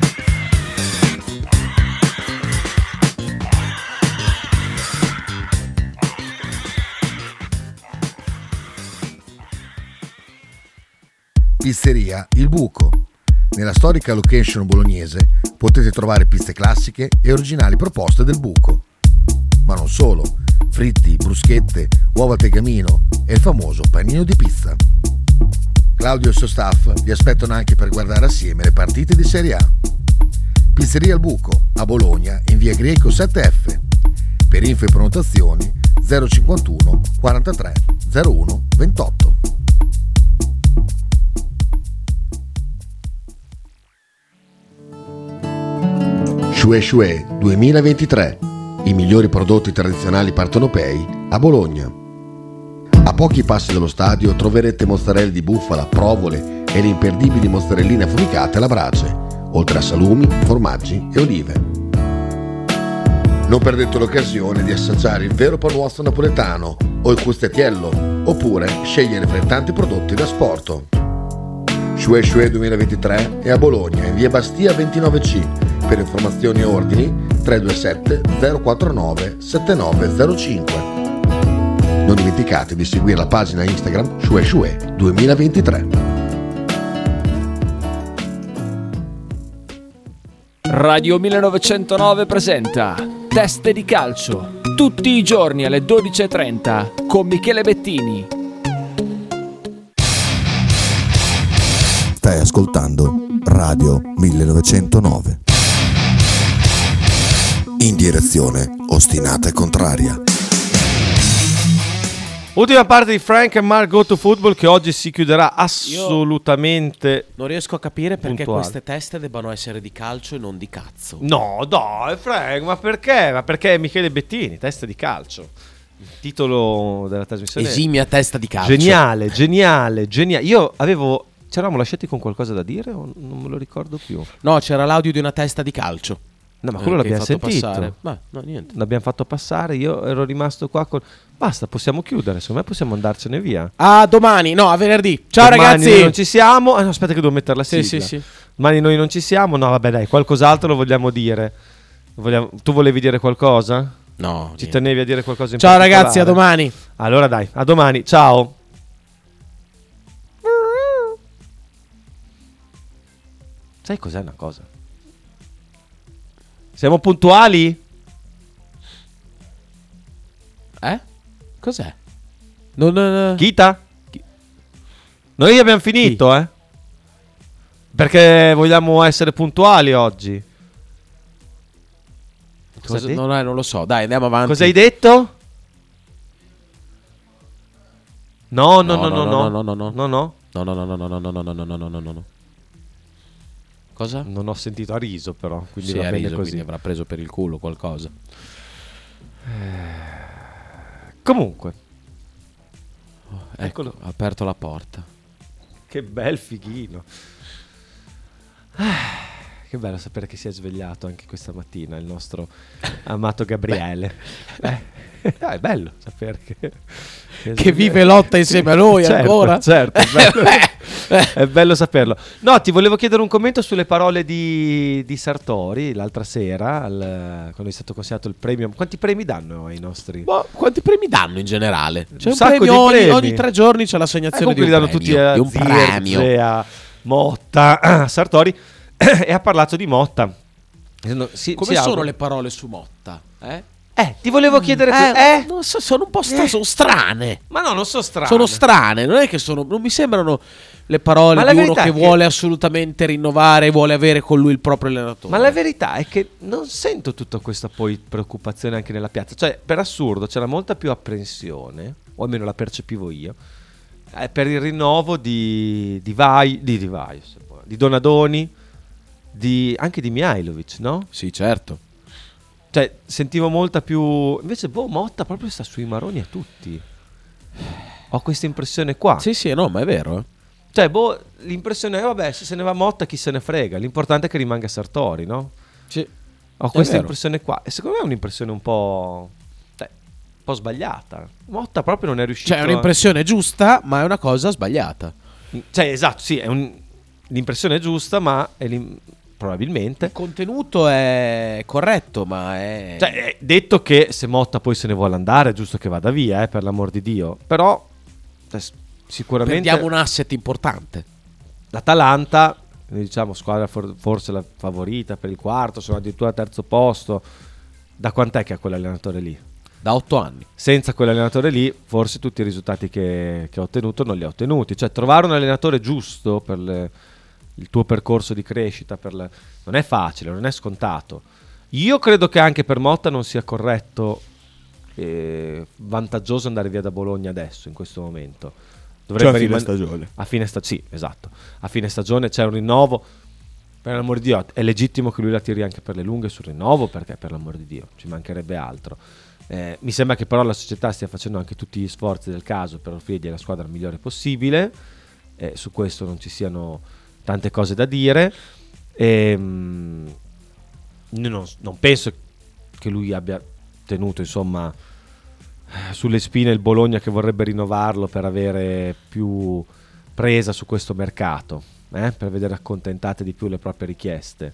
Speaker 6: Pizzeria Il Buco. Nella storica location bolognese potete trovare pizze classiche e originali proposte del Buco. Ma non solo, fritti, bruschette, uova al tegamino e il famoso panino di pizza. Claudio e il suo staff vi aspettano anche per guardare assieme le partite di Serie A. Pizzeria Il Buco, a Bologna, in via Greco 7F. Per info e prenotazioni 051 43 01 28. Shue Shue 2023. I migliori prodotti tradizionali partenopei a Bologna. A pochi passi dallo stadio troverete mozzarella di bufala, provole e le imperdibili mozzarelline affumicate alla brace, oltre a salumi, formaggi e olive. Non perdete l'occasione di assaggiare il vero panuozzo napoletano o il custettiello, oppure scegliere fra i tanti prodotti da sport. Shue Shue 2023 è a Bologna, in via Bastia 29C. Per informazioni e ordini 327 049 7905. Non dimenticate di seguire la pagina Instagram Shue Shue 2023.
Speaker 3: Radio 1909 presenta Teste di calcio, tutti i giorni alle 12:30 con Michele Bettini.
Speaker 1: Stai ascoltando Radio 1909. In direzione ostinata e contraria.
Speaker 2: Ultima parte di Frank and Mark Go to Football, che oggi si chiuderà assolutamente.
Speaker 4: Non riesco a capire perché
Speaker 2: puntuale.
Speaker 4: queste teste debbano essere di calcio e non di cazzo.
Speaker 2: No, dai, Frank, ma perché? Ma perché è Michele Bettini, testa di calcio. Il titolo della trasmissione.
Speaker 4: Esimia testa di calcio.
Speaker 2: Geniale. Io avevo. Ci eravamo lasciati con qualcosa da dire o non me lo ricordo più?
Speaker 4: No, c'era l'audio di una testa di calcio.
Speaker 2: No, ma quello l'abbiamo sentito.
Speaker 4: Ma no, niente.
Speaker 2: L'abbiamo fatto passare, io ero rimasto qua con... Basta, possiamo chiudere, secondo me possiamo andarcene via.
Speaker 4: A domani, no, a venerdì. Ciao
Speaker 2: domani
Speaker 4: ragazzi.
Speaker 2: Noi non ci siamo. No, aspetta che devo mettere la sigla.
Speaker 4: Sì.
Speaker 2: Domani noi non ci siamo. No, vabbè, dai, qualcos'altro lo vogliamo dire. Tu volevi dire qualcosa?
Speaker 4: No.
Speaker 2: Ci tenevi a dire qualcosa in
Speaker 4: Ciao
Speaker 2: particolare?
Speaker 4: ragazzi, a domani.
Speaker 2: Allora dai, a domani, ciao. Sai cos'è una cosa? Siamo puntuali?
Speaker 4: Cos'è?
Speaker 2: Kita? Noi abbiamo finito, Perché vogliamo essere puntuali oggi.
Speaker 4: Non lo so, dai, andiamo avanti.
Speaker 2: Cosa hai detto? No.
Speaker 4: Cosa?
Speaker 2: Non ho sentito, ha riso però, quindi
Speaker 4: Sì,
Speaker 2: va
Speaker 4: ha
Speaker 2: bene
Speaker 4: riso,
Speaker 2: così.
Speaker 4: quindi avrà preso per il culo qualcosa.
Speaker 2: Comunque,
Speaker 4: Eccolo, ha aperto la porta.
Speaker 2: che bel fighino. Che bello sapere che si è svegliato anche questa mattina il nostro amato Gabriele. È bello sapere
Speaker 4: che vive e lotta insieme a noi ancora.
Speaker 2: Certo, è bello saperlo. No, ti volevo chiedere un commento sulle parole di Sartori l'altra sera, quando è stato consegnato il premio. Quanti premi danno ai nostri?
Speaker 4: Quanti premi danno in generale? C'è un
Speaker 2: sacco
Speaker 4: premio
Speaker 2: di premi.
Speaker 4: ogni 3 giorni c'è l'assegnazione di un
Speaker 2: danno
Speaker 4: premio.
Speaker 2: tutti a Zirze, a Motta, a Sartori. E ha parlato di Motta.
Speaker 4: Come sono le parole su Motta?
Speaker 2: Ti volevo chiedere
Speaker 4: non so, sono un po' sono strane.
Speaker 2: Ma no, non sono strane.
Speaker 4: Sono strane, non è che non mi sembrano le parole di uno che vuole assolutamente rinnovare e vuole avere con lui il proprio allenatore.
Speaker 2: Ma la verità è che non sento tutta questa poi preoccupazione anche nella piazza. Cioè, per assurdo, c'era molta più apprensione, o almeno la percepivo io, per il rinnovo di Donadoni, anche di Mihajlovic, no?
Speaker 4: Sì, certo.
Speaker 2: Cioè, sentivo molta più... Invece, Motta proprio sta sui maroni a tutti. Ho questa impressione qua.
Speaker 4: Sì, no, ma è vero,
Speaker 2: Cioè, l'impressione è, vabbè, se se ne va Motta chi se ne frega. L'importante è che rimanga Sartori, no?
Speaker 4: Sì.
Speaker 2: Ho questa impressione qua. E secondo me è un'impressione un po' sbagliata. Motta proprio non è riuscito...
Speaker 4: Cioè, è un'impressione giusta, ma è una cosa sbagliata.
Speaker 2: Cioè, esatto, sì, l'impressione è giusta, ma probabilmente
Speaker 4: il contenuto è corretto, ma è...
Speaker 2: Cioè, è detto che se Motta poi se ne vuole andare è giusto che vada via, per l'amor di Dio. Però sicuramente
Speaker 4: perdiamo un asset importante.
Speaker 2: L'Atalanta, noi diciamo squadra forse la favorita per il quarto, sono addirittura al terzo posto. Da quant'è che ha quell'allenatore lì?
Speaker 4: Da 8 anni.
Speaker 2: Senza quell'allenatore lì forse tutti i risultati che ha ottenuto non li ha ottenuti. Cioè, trovare un allenatore giusto per il tuo percorso di crescita non è facile, non è scontato. Io credo che anche per Motta non sia corretto e vantaggioso andare via da Bologna adesso, in questo momento. Dovrebbe
Speaker 4: a fine stagione.
Speaker 2: Sì, esatto. A fine stagione c'è un rinnovo. Per l'amor di Dio, è legittimo che lui la tiri anche per le lunghe sul rinnovo, perché per l'amor di Dio ci mancherebbe altro. Mi sembra che però la società stia facendo anche tutti gli sforzi del caso per offrirgli la squadra migliore possibile. Su questo non ci siano tante cose da dire. Non penso che lui abbia tenuto insomma sulle spine il Bologna, che vorrebbe rinnovarlo per avere più presa su questo mercato, per vedere accontentate di più le proprie richieste.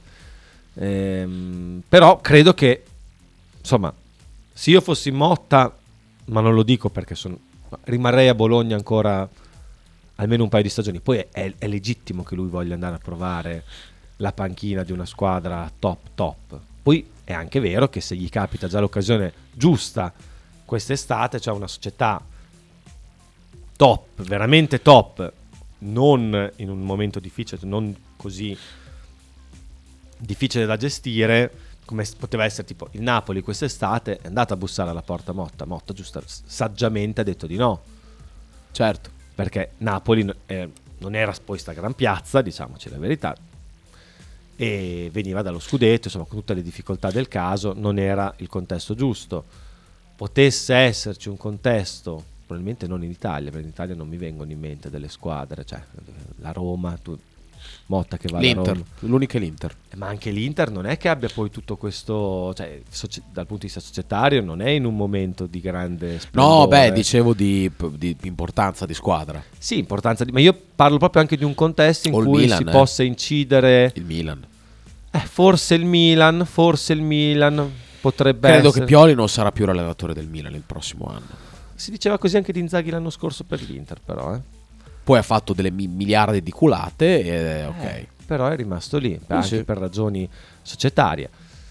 Speaker 2: Però credo che insomma, se io fossi Motta, ma non lo dico perché rimarrei a Bologna ancora almeno un paio di stagioni. Poi è legittimo che lui voglia andare a provare la panchina di una squadra top. Poi è anche vero che se gli capita già l'occasione giusta quest'estate, c'è una società top, veramente top, non in un momento difficile, non così difficile da gestire come poteva essere tipo il Napoli quest'estate, è andata a bussare alla porta Motta saggiamente ha detto di no,
Speaker 4: certo,
Speaker 2: perché Napoli non era poi sta gran piazza, diciamoci la verità, e veniva dallo scudetto, insomma, con tutte le difficoltà del caso, non era il contesto giusto. Potesse esserci un contesto, probabilmente non in Italia, perché in Italia non mi vengono in mente delle squadre, cioè la Roma, Motta che va
Speaker 4: l'Inter,
Speaker 2: alla Roma.
Speaker 4: l'unica è l'Inter.
Speaker 2: Ma anche l'Inter non è che abbia poi tutto questo, cioè dal punto di vista societario non è in un momento di grande splendore.
Speaker 4: No, dicevo di importanza di squadra.
Speaker 2: Sì, importanza ma io parlo proprio anche di un contesto in cui Milan, si possa incidere.
Speaker 4: Il Milan.
Speaker 2: Forse il Milan potrebbe
Speaker 4: Credo
Speaker 2: essere.
Speaker 4: che Pioli non sarà più l'allenatore del Milan il prossimo anno.
Speaker 2: Si diceva così anche di Inzaghi l'anno scorso per l'Inter, però
Speaker 4: Poi ha fatto delle miliardi di culate e ok.
Speaker 2: Però è rimasto lì, anche
Speaker 4: sì.
Speaker 2: per ragioni societarie.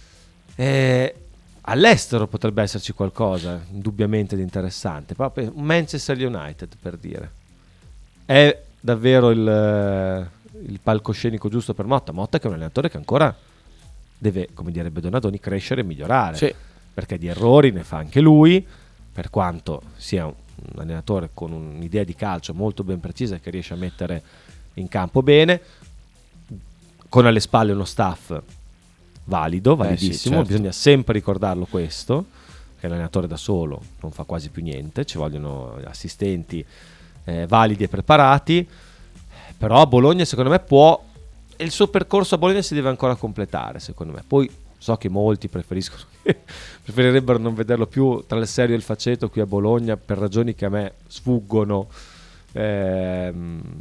Speaker 2: All'estero potrebbe esserci qualcosa indubbiamente di interessante, proprio un Manchester United, per dire. È davvero il palcoscenico giusto per Motta che è un allenatore che ancora deve, come direbbe Donadoni, crescere e migliorare,
Speaker 4: sì.
Speaker 2: Perché di errori ne fa anche lui, per quanto sia un allenatore con un'idea di calcio molto ben precisa che riesce a mettere in campo bene, con alle spalle uno staff validissimo,
Speaker 4: sì, certo.
Speaker 2: Bisogna sempre ricordarlo questo, che l'allenatore da solo non fa quasi più niente, ci vogliono assistenti validi e preparati. Però a Bologna secondo me e il suo percorso a Bologna si deve ancora completare, secondo me. Poi so che molti preferirebbero non vederlo più tra il serio e il faceto qui a Bologna per ragioni che a me sfuggono da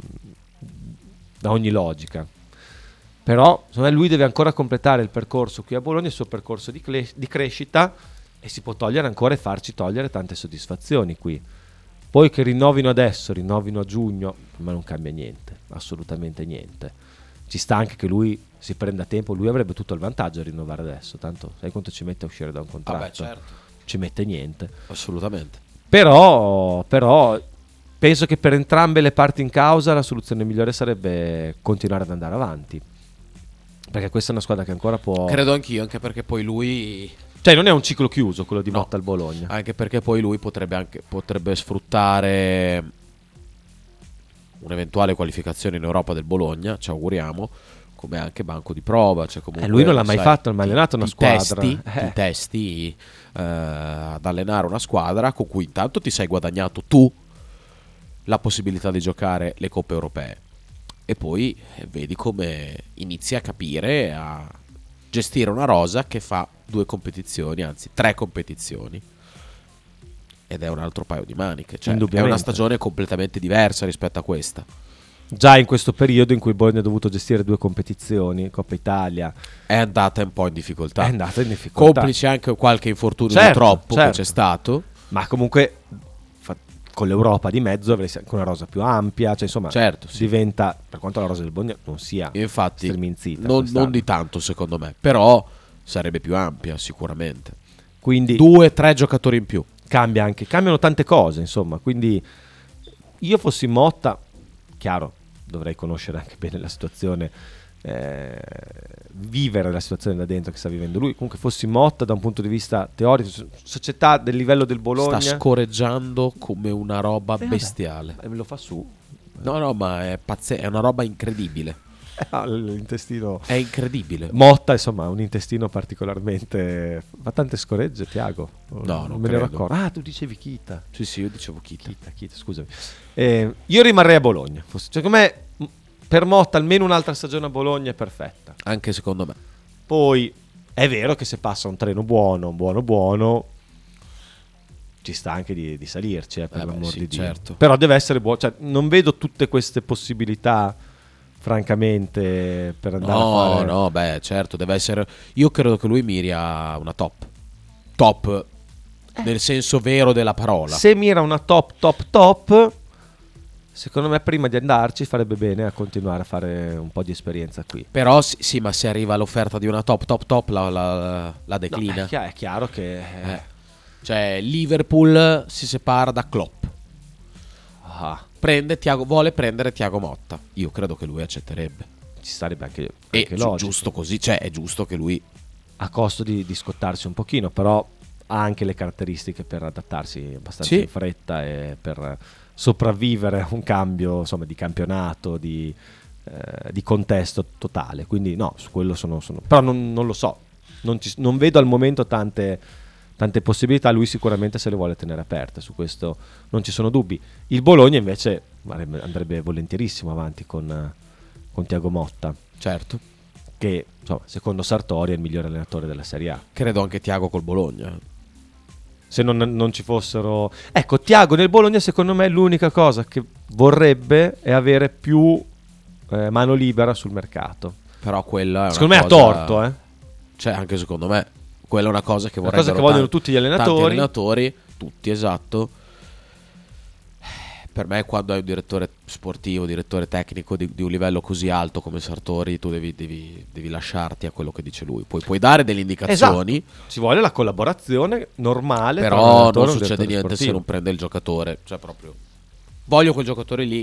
Speaker 2: ogni logica. Però secondo me lui deve ancora completare il percorso qui a Bologna, il suo percorso di crescita, e si può togliere ancora e farci togliere tante soddisfazioni qui. Poi che rinnovino adesso, rinnovino a giugno, per me non cambia niente, assolutamente niente. Ci sta anche che lui si prenda tempo, lui avrebbe tutto il vantaggio a rinnovare adesso, tanto sai quanto ci mette a uscire da un contratto?
Speaker 4: Certo.
Speaker 2: Ci mette niente.
Speaker 4: Assolutamente.
Speaker 2: Però penso che per entrambe le parti in causa la soluzione migliore sarebbe continuare ad andare avanti, perché questa è una squadra che ancora può...
Speaker 4: Credo anch'io, anche perché poi lui...
Speaker 2: Cioè non è un ciclo chiuso quello di Motta al Bologna.
Speaker 4: Anche perché poi lui potrebbe sfruttare un'eventuale qualificazione in Europa del Bologna, ci auguriamo, come anche banco di prova. Cioè comunque,
Speaker 2: lui non l'ha mai fatto, non ha allenato una squadra.
Speaker 4: Ti testi ad allenare una squadra con cui intanto ti sei guadagnato tu la possibilità di giocare le coppe europee, e poi vedi come inizi a capire, a gestire una rosa che fa 2 competizioni, anzi 3 competizioni, ed è un altro paio di maniche, cioè è una stagione completamente diversa rispetto a questa.
Speaker 2: Già in questo periodo in cui Bologna ha dovuto gestire 2 competizioni, Coppa Italia,
Speaker 4: è andata un po' in difficoltà.
Speaker 2: Complice
Speaker 4: anche qualche infortunio di troppo che c'è stato,
Speaker 2: ma comunque con l'Europa di mezzo avresti anche una rosa più ampia, cioè insomma diventa, per quanto la rosa del Bologna non sia
Speaker 4: infatti
Speaker 2: sterminzita,
Speaker 4: non di tanto secondo me, però sarebbe più ampia sicuramente,
Speaker 2: quindi
Speaker 4: 2-3 giocatori in più,
Speaker 2: cambiano tante cose, insomma. Quindi io fossi Motta, chiaro, dovrei conoscere anche bene la situazione, vivere la situazione da dentro che sta vivendo lui. Comunque fossi Motta da un punto di vista teorico, società del livello del Bologna,
Speaker 4: sta scorreggiando come una roba bestiale.
Speaker 2: Me lo fa su.
Speaker 4: No, ma è pazzesco, è una roba incredibile.
Speaker 2: L'intestino
Speaker 4: è incredibile.
Speaker 2: Motta, insomma, ha un intestino particolarmente... Fa tante scoregge, Tiago?
Speaker 4: No, non
Speaker 2: me
Speaker 4: credo.
Speaker 2: ne ero accorto. Ah, tu dicevi Kita.
Speaker 4: Sì, io dicevo Kita,
Speaker 2: scusami. Io rimarrei a Bologna. Cioè, come per Motta almeno un'altra stagione a Bologna è perfetta.
Speaker 4: Anche secondo me.
Speaker 2: Poi È vero che se passa un treno buono ci sta anche di salirci, per l'amor di Dio.
Speaker 4: Certo.
Speaker 2: Però deve essere buono, cioè, non vedo tutte queste possibilità francamente per andare a fare...
Speaker 4: No, certo, deve essere... Io credo che lui miri a una top nel senso vero della parola.
Speaker 2: Se mira una top, secondo me prima di andarci farebbe bene a continuare a fare un po' di esperienza qui.
Speaker 4: Però sì, ma se arriva l'offerta di una top la declina.
Speaker 2: No, è chiaro che
Speaker 4: cioè Liverpool si separa da Klopp, vuole prendere Thiago Motta. Io credo che lui accetterebbe.
Speaker 2: Ci sarebbe anche
Speaker 4: giusto così, cioè è giusto che lui,
Speaker 2: a costo di scottarsi un pochino, però ha anche le caratteristiche per adattarsi abbastanza in fretta e per sopravvivere a un cambio, insomma, di campionato, di contesto totale. Quindi no, su quello sono però non lo so, non vedo al momento tante possibilità. Lui sicuramente se le vuole tenere aperte, su questo non ci sono dubbi. Il Bologna invece andrebbe volentierissimo avanti con Thiago Motta,
Speaker 4: certo,
Speaker 2: che insomma, secondo Sartori è il migliore allenatore della Serie A.
Speaker 4: Credo anche Thiago col Bologna.
Speaker 2: Se non ci fossero... Ecco, Thiago nel Bologna secondo me l'unica cosa che vorrebbe è avere più mano libera sul mercato.
Speaker 4: Però quella è
Speaker 2: secondo me ha torto,
Speaker 4: Cioè anche secondo me quella è una cosa che vorrebbero,
Speaker 2: una cosa che vogliono tutti gli allenatori.
Speaker 4: Tanti allenatori, tutti, esatto. Per me quando hai un direttore sportivo, direttore tecnico di un livello così alto come Sartori, tu devi lasciarti a quello che dice lui. Poi puoi dare delle indicazioni.
Speaker 2: Esatto. Ci vuole la collaborazione normale.
Speaker 4: Però non succede niente se non prende il giocatore. Cioè proprio voglio quel giocatore lì.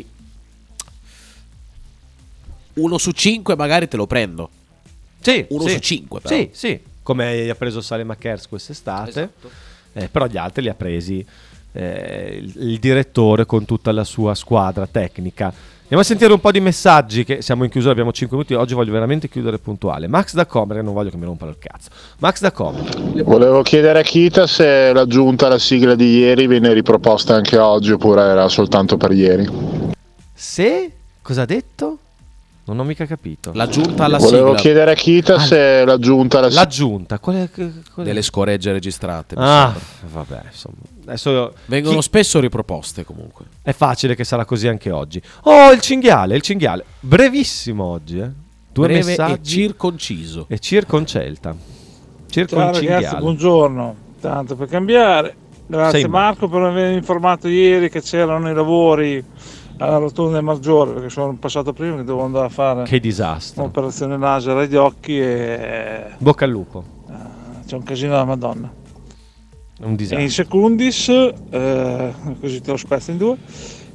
Speaker 4: 1 su 5 magari te lo prendo.
Speaker 2: Sì,
Speaker 4: 1 su 5 però.
Speaker 2: Sì, come ha preso Salem Akers quest'estate.
Speaker 4: Esatto.
Speaker 2: Però gli altri li ha presi il direttore con tutta la sua squadra tecnica. Andiamo a sentire un po' di messaggi, che siamo in chiusura, abbiamo 5 minuti. Oggi voglio veramente chiudere puntuale. Max da Comer, non voglio che mi rompano il cazzo. Max da Comer:
Speaker 13: volevo chiedere a Kita se l'aggiunta alla sigla di ieri viene riproposta anche oggi oppure era soltanto per ieri.
Speaker 2: Se? Cosa ha detto? Non ho mica capito.
Speaker 4: L'aggiunta alla sigla.
Speaker 13: Volevo chiedere a Kita se l'aggiunta alla
Speaker 2: l'aggiunta, qual è?
Speaker 4: Delle scoregge registrate.
Speaker 2: Vabbè, insomma. Adesso
Speaker 4: vengono spesso riproposte comunque.
Speaker 2: È facile che sarà così anche oggi. Oh, il cinghiale. Brevissimo oggi, Due
Speaker 4: breve
Speaker 2: messaggi.
Speaker 4: E
Speaker 2: circoncelta.
Speaker 14: Ciao ragazzi, buongiorno. Tanto per cambiare. Grazie Marco per aver informato ieri che c'erano i lavori alla rotonda del Maggiore, perché sono passato prima che devo andare a fare
Speaker 2: che disastro,
Speaker 14: un'operazione laser agli occhi e
Speaker 2: bocca al lupo.
Speaker 14: C'è un casino della Madonna.
Speaker 2: Un disastro.
Speaker 14: E in secundis così te lo spezzo in due.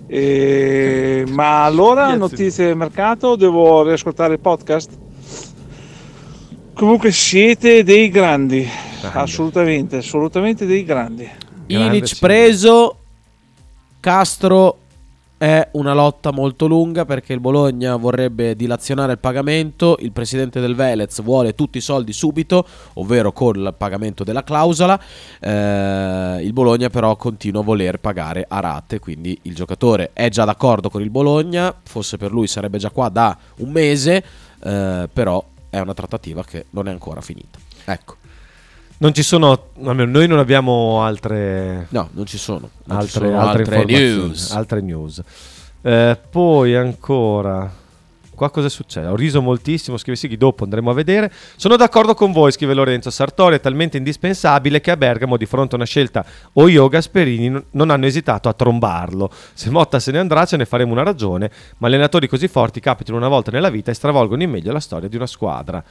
Speaker 14: Ma allora notizie del mercato, devo riascoltare il podcast. Comunque siete dei grandi. Assolutamente dei grandi.
Speaker 4: Ilic preso, Castro. È una lotta molto lunga perché il Bologna vorrebbe dilazionare il pagamento, il presidente del Velez vuole tutti i soldi subito, ovvero con il pagamento della clausola. Il Bologna però continua a voler pagare a rate, quindi il giocatore è già d'accordo con il Bologna, forse per lui sarebbe già qua da un mese, però è una trattativa che non è ancora finita. Ecco.
Speaker 2: Non ci sono, noi non abbiamo altre.
Speaker 4: No, non ci sono.
Speaker 2: Altre news. Poi ancora. Qua cosa succede? Ho riso moltissimo, scrive Sighi, dopo andremo a vedere. Sono d'accordo con voi, scrive Lorenzo. Sartori è talmente indispensabile che a Bergamo, di fronte a una scelta o Gasperini, non hanno esitato a trombarlo. Se Motta se ne andrà ce ne faremo una ragione, ma allenatori così forti capitano una volta nella vita e stravolgono in meglio la storia di una squadra.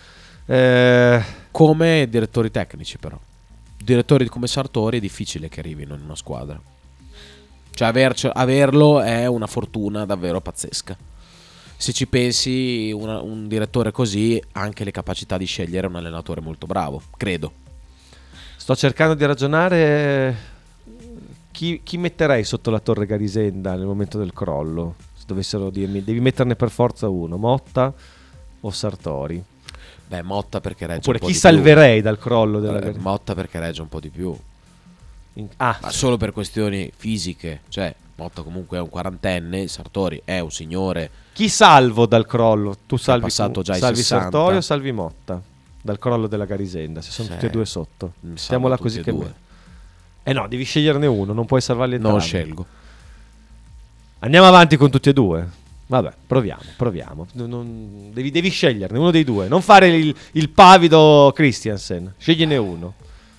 Speaker 4: Come direttori tecnici, però direttori come Sartori è difficile che arrivino in una squadra, cioè averlo è una fortuna davvero pazzesca. Se ci pensi, un direttore così ha anche le capacità di scegliere un allenatore molto bravo, credo.
Speaker 2: Sto cercando di ragionare chi metterei sotto la torre Garisenda nel momento del crollo. Se dovessero dirmi devi metterne per forza uno, Motta o Sartori.
Speaker 4: Beh, Motta perché regge
Speaker 2: oppure
Speaker 4: un po'
Speaker 2: chi
Speaker 4: di
Speaker 2: salverei
Speaker 4: più.
Speaker 2: Dal crollo della
Speaker 4: Motta perché regge un po' di più. Ma solo per questioni fisiche. Cioè Motta comunque è un quarantenne, Sartori è un signore.
Speaker 2: Chi salvo dal crollo? Tu salvi
Speaker 4: passato già
Speaker 2: salvi
Speaker 4: i 60.
Speaker 2: Sartori o salvi Motta? dal crollo della Garisenda, se sono tutti e due sotto. Mettiamola così che no, devi sceglierne uno, non puoi salvarli entrambi.
Speaker 4: Non scelgo.
Speaker 2: Andiamo avanti con tutti e due. Vabbè, proviamo. Devi sceglierne uno dei due. Non fare il pavido Christiansen. Scegliene uno.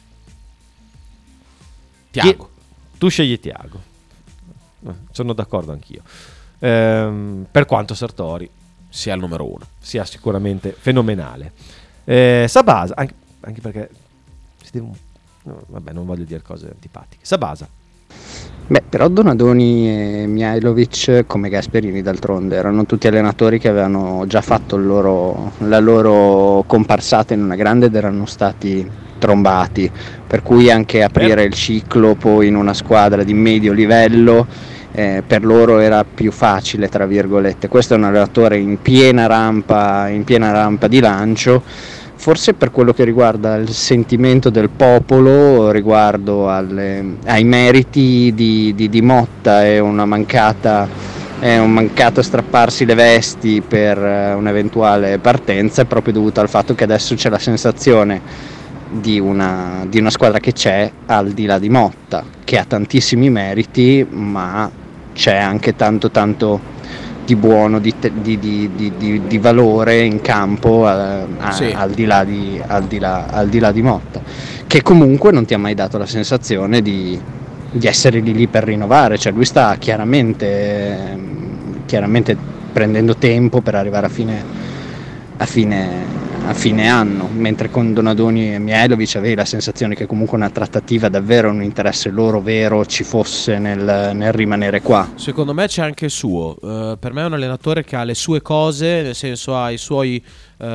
Speaker 4: Thiago.
Speaker 2: Tu scegli Thiago. Sono d'accordo anch'io. Per quanto Sartori
Speaker 4: sia il numero 1,
Speaker 2: sia sicuramente fenomenale. Sabasa, anche perché vabbè, non voglio dire cose antipatiche. Sabasa.
Speaker 15: Beh, però Donadoni e Mihajlovic, come Gasperini d'altronde, erano tutti allenatori che avevano già fatto la loro comparsata in una grande ed erano stati trombati, per cui anche aprire il ciclo poi in una squadra di medio livello per loro era più facile, tra virgolette. Questo è un allenatore in piena rampa di lancio. Forse per quello che riguarda il sentimento del popolo riguardo ai meriti di Motta, è un mancato strapparsi le vesti per un'eventuale partenza, è proprio dovuto al fatto che adesso c'è la sensazione di una squadra che c'è al di là di Motta, che ha tantissimi meriti, ma c'è anche tanto di buono, di valore in campo al di là di Motta, che comunque non ti ha mai dato la sensazione di essere lì per rinnovare. Cioè lui sta chiaramente prendendo tempo per arrivare a fine anno, mentre con Donadoni e Mihajlovic avevi la sensazione che comunque una trattativa davvero, un interesse loro vero ci fosse nel rimanere qua.
Speaker 4: Secondo me c'è anche il suo, per me è un allenatore che ha le sue cose, nel senso ha i suoi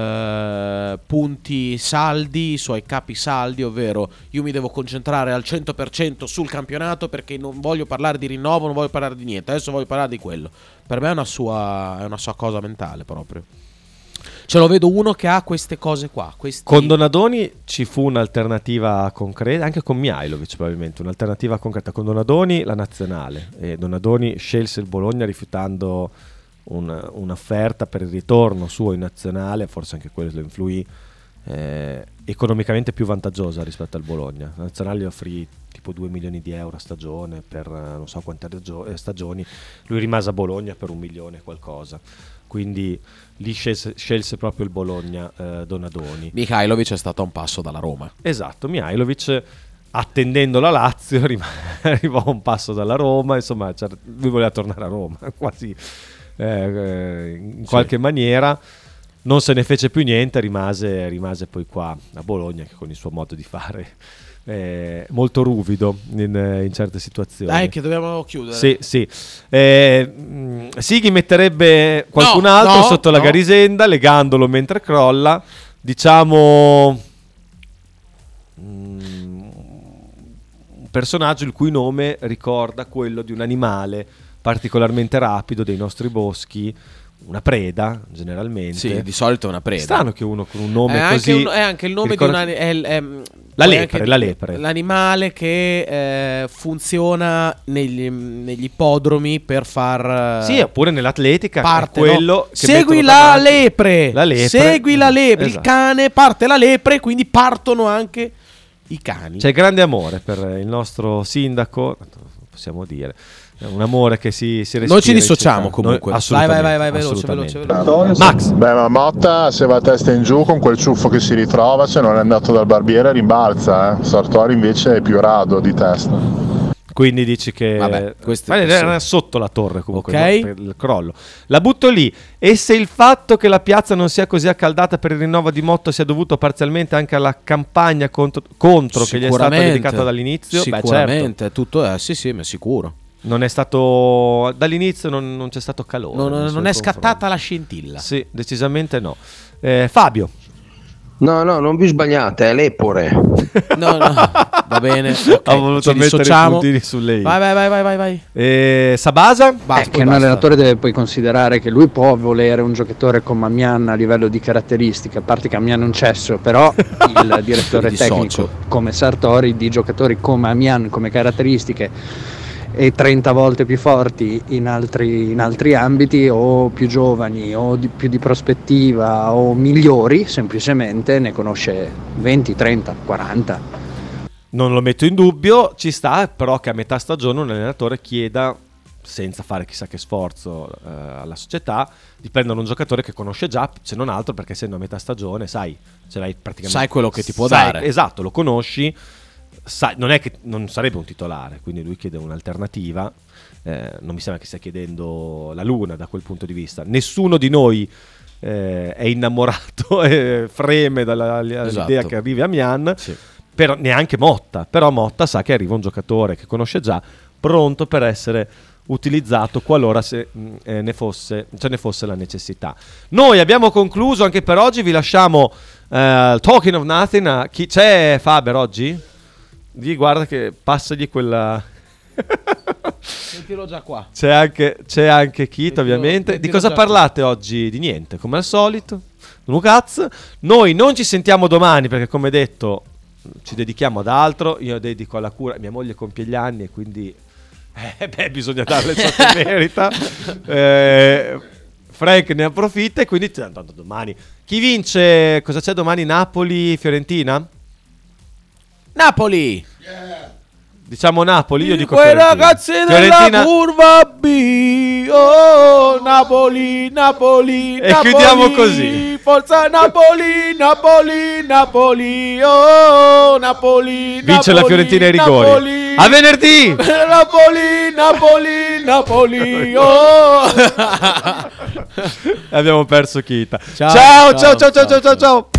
Speaker 4: punti saldi, i suoi capi saldi, ovvero io mi devo concentrare al 100% sul campionato perché non voglio parlare di rinnovo, non voglio parlare di niente, adesso voglio parlare di quello. Per me è una sua cosa mentale proprio. Ce lo vedo uno che ha queste cose qua.
Speaker 2: Con Donadoni ci fu un'alternativa concreta, anche con Mihajlovic probabilmente, un'alternativa concreta. Con Donadoni la nazionale, e Donadoni scelse il Bologna rifiutando un'offerta per il ritorno suo in nazionale, forse anche quello lo influì, economicamente più vantaggiosa rispetto al Bologna. La nazionale gli offrì tipo 2 milioni di euro a stagione per non so quante stagioni, lui rimase a Bologna per 1 milione e qualcosa. Quindi lì scelse proprio il Bologna, Donadoni.
Speaker 4: Mihajlovic è stato a un passo dalla Roma.
Speaker 2: Esatto, Mihajlovic attendendo la Lazio arrivò a un passo dalla Roma, insomma lui voleva tornare a Roma quasi in qualche maniera. Non se ne fece più niente, rimase poi qua a Bologna, che con il suo modo di fare molto ruvido in certe situazioni.
Speaker 4: Dai, che dobbiamo chiudere.
Speaker 2: Sì. Sighi metterebbe qualcun altro sotto la Garisenda, legandolo mentre crolla. Diciamo un personaggio il cui nome ricorda quello di un animale particolarmente rapido dei nostri boschi. Una preda, generalmente.
Speaker 4: Sì, di solito è una preda.
Speaker 2: Strano che uno con un nome così.
Speaker 4: È anche il nome di una.
Speaker 2: La lepre.
Speaker 4: L'animale che funziona negli ippodromi per far.
Speaker 2: Sì, oppure nell'atletica.
Speaker 4: Parte,
Speaker 2: quello
Speaker 4: no?
Speaker 2: Che
Speaker 4: segui la lepre.
Speaker 2: Segui
Speaker 4: la lepre.
Speaker 2: Esatto.
Speaker 4: Il cane parte la lepre, quindi partono anche i cani.
Speaker 2: C'è grande amore per il nostro sindaco, possiamo dire. Un amore che si respira.
Speaker 4: Noi ci dissociamo comunque.
Speaker 2: Vai,
Speaker 4: veloce.
Speaker 2: Max.
Speaker 13: Beh, ma Motta se va a testa in giù con quel ciuffo che si ritrova, se non è andato dal barbiere rimbalza. Sartori invece è più rado di testa.
Speaker 2: Quindi dici che era sotto la torre comunque, okay, per il crollo. La butto lì. E se il fatto che la piazza non sia così accaldata per il rinnovo di Motta sia dovuto parzialmente anche alla campagna contro che gli è stata dedicata dall'inizio?
Speaker 4: Sicuramente,
Speaker 2: certo.
Speaker 4: Tutto sì, ma sicuro.
Speaker 2: Non è stato dall'inizio, non c'è stato calore.
Speaker 4: Non è scattata la scintilla.
Speaker 2: Sì, decisamente no. Fabio.
Speaker 12: No, non vi sbagliate, è l'Epore.
Speaker 4: No, va bene. Okay.
Speaker 2: Ho voluto mettere i puntini sulle i.
Speaker 4: Vai.
Speaker 2: Sabasa?
Speaker 15: Che un allenatore deve poi considerare che lui può volere un giocatore come Amian a livello di caratteristiche, a parte che Amian è un cesso, però il direttore tecnico come Sartori di giocatori come Amian come caratteristiche e 30 volte più forti in altri ambiti, o più giovani o più di prospettiva o migliori, semplicemente ne conosce 20, 30, 40.
Speaker 2: Non lo metto in dubbio, ci sta però che a metà stagione un allenatore chieda, senza fare chissà che sforzo alla società, di prendere un giocatore che conosce già, se non altro perché essendo a metà stagione sai
Speaker 4: quello che ti può dare.
Speaker 2: Esatto, lo conosci, non è che non sarebbe un titolare, quindi lui chiede un'alternativa. Non mi sembra che stia chiedendo la luna da quel punto di vista. Nessuno di noi è innamorato e freme dall'idea che arrivi a Mian, però neanche Motta. Però Motta sa che arriva un giocatore che conosce già, pronto per essere utilizzato qualora ne fosse la necessità. Noi abbiamo concluso anche per oggi, vi lasciamo Talking of Nothing. Chi c'è? Faber oggi? Guarda che passagli quella.
Speaker 4: Sentilo già qua.
Speaker 2: C'è anche Kit, ovviamente. Di cosa parlate oggi? Di niente, come al solito. Cazzo. Noi non ci sentiamo domani perché, come detto, ci dedichiamo ad altro. Io dedico alla cura. Mia moglie compie gli anni e quindi bisogna darle ciò che merita. Frank ne approfitta e quindi tanto domani. Chi vince? Cosa c'è domani? Napoli-Fiorentina?
Speaker 4: Napoli!
Speaker 2: Yeah. Diciamo Napoli, io dico
Speaker 4: quei
Speaker 2: Fiorentina.
Speaker 4: Ragazzi della curva B, oh Napoli.
Speaker 2: E
Speaker 4: Napoli,
Speaker 2: chiudiamo così.
Speaker 4: Forza Napoli, oh Napoli.
Speaker 2: Vince la Fiorentina ai rigori.
Speaker 4: Napoli.
Speaker 2: A venerdì.
Speaker 4: Napoli, oh.
Speaker 2: Abbiamo perso Kita.
Speaker 3: Ciao.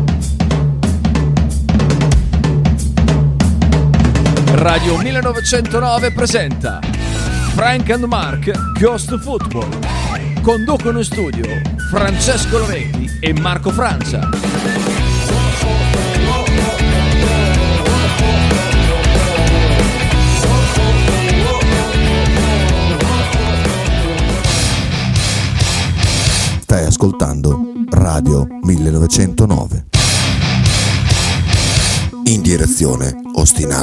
Speaker 3: Radio 1909 presenta Frank and Mark Ghost Football. Conducono in studio Francesco Loretti e Marco Francia.
Speaker 6: Stai ascoltando Radio 1909. In direzione ostinata.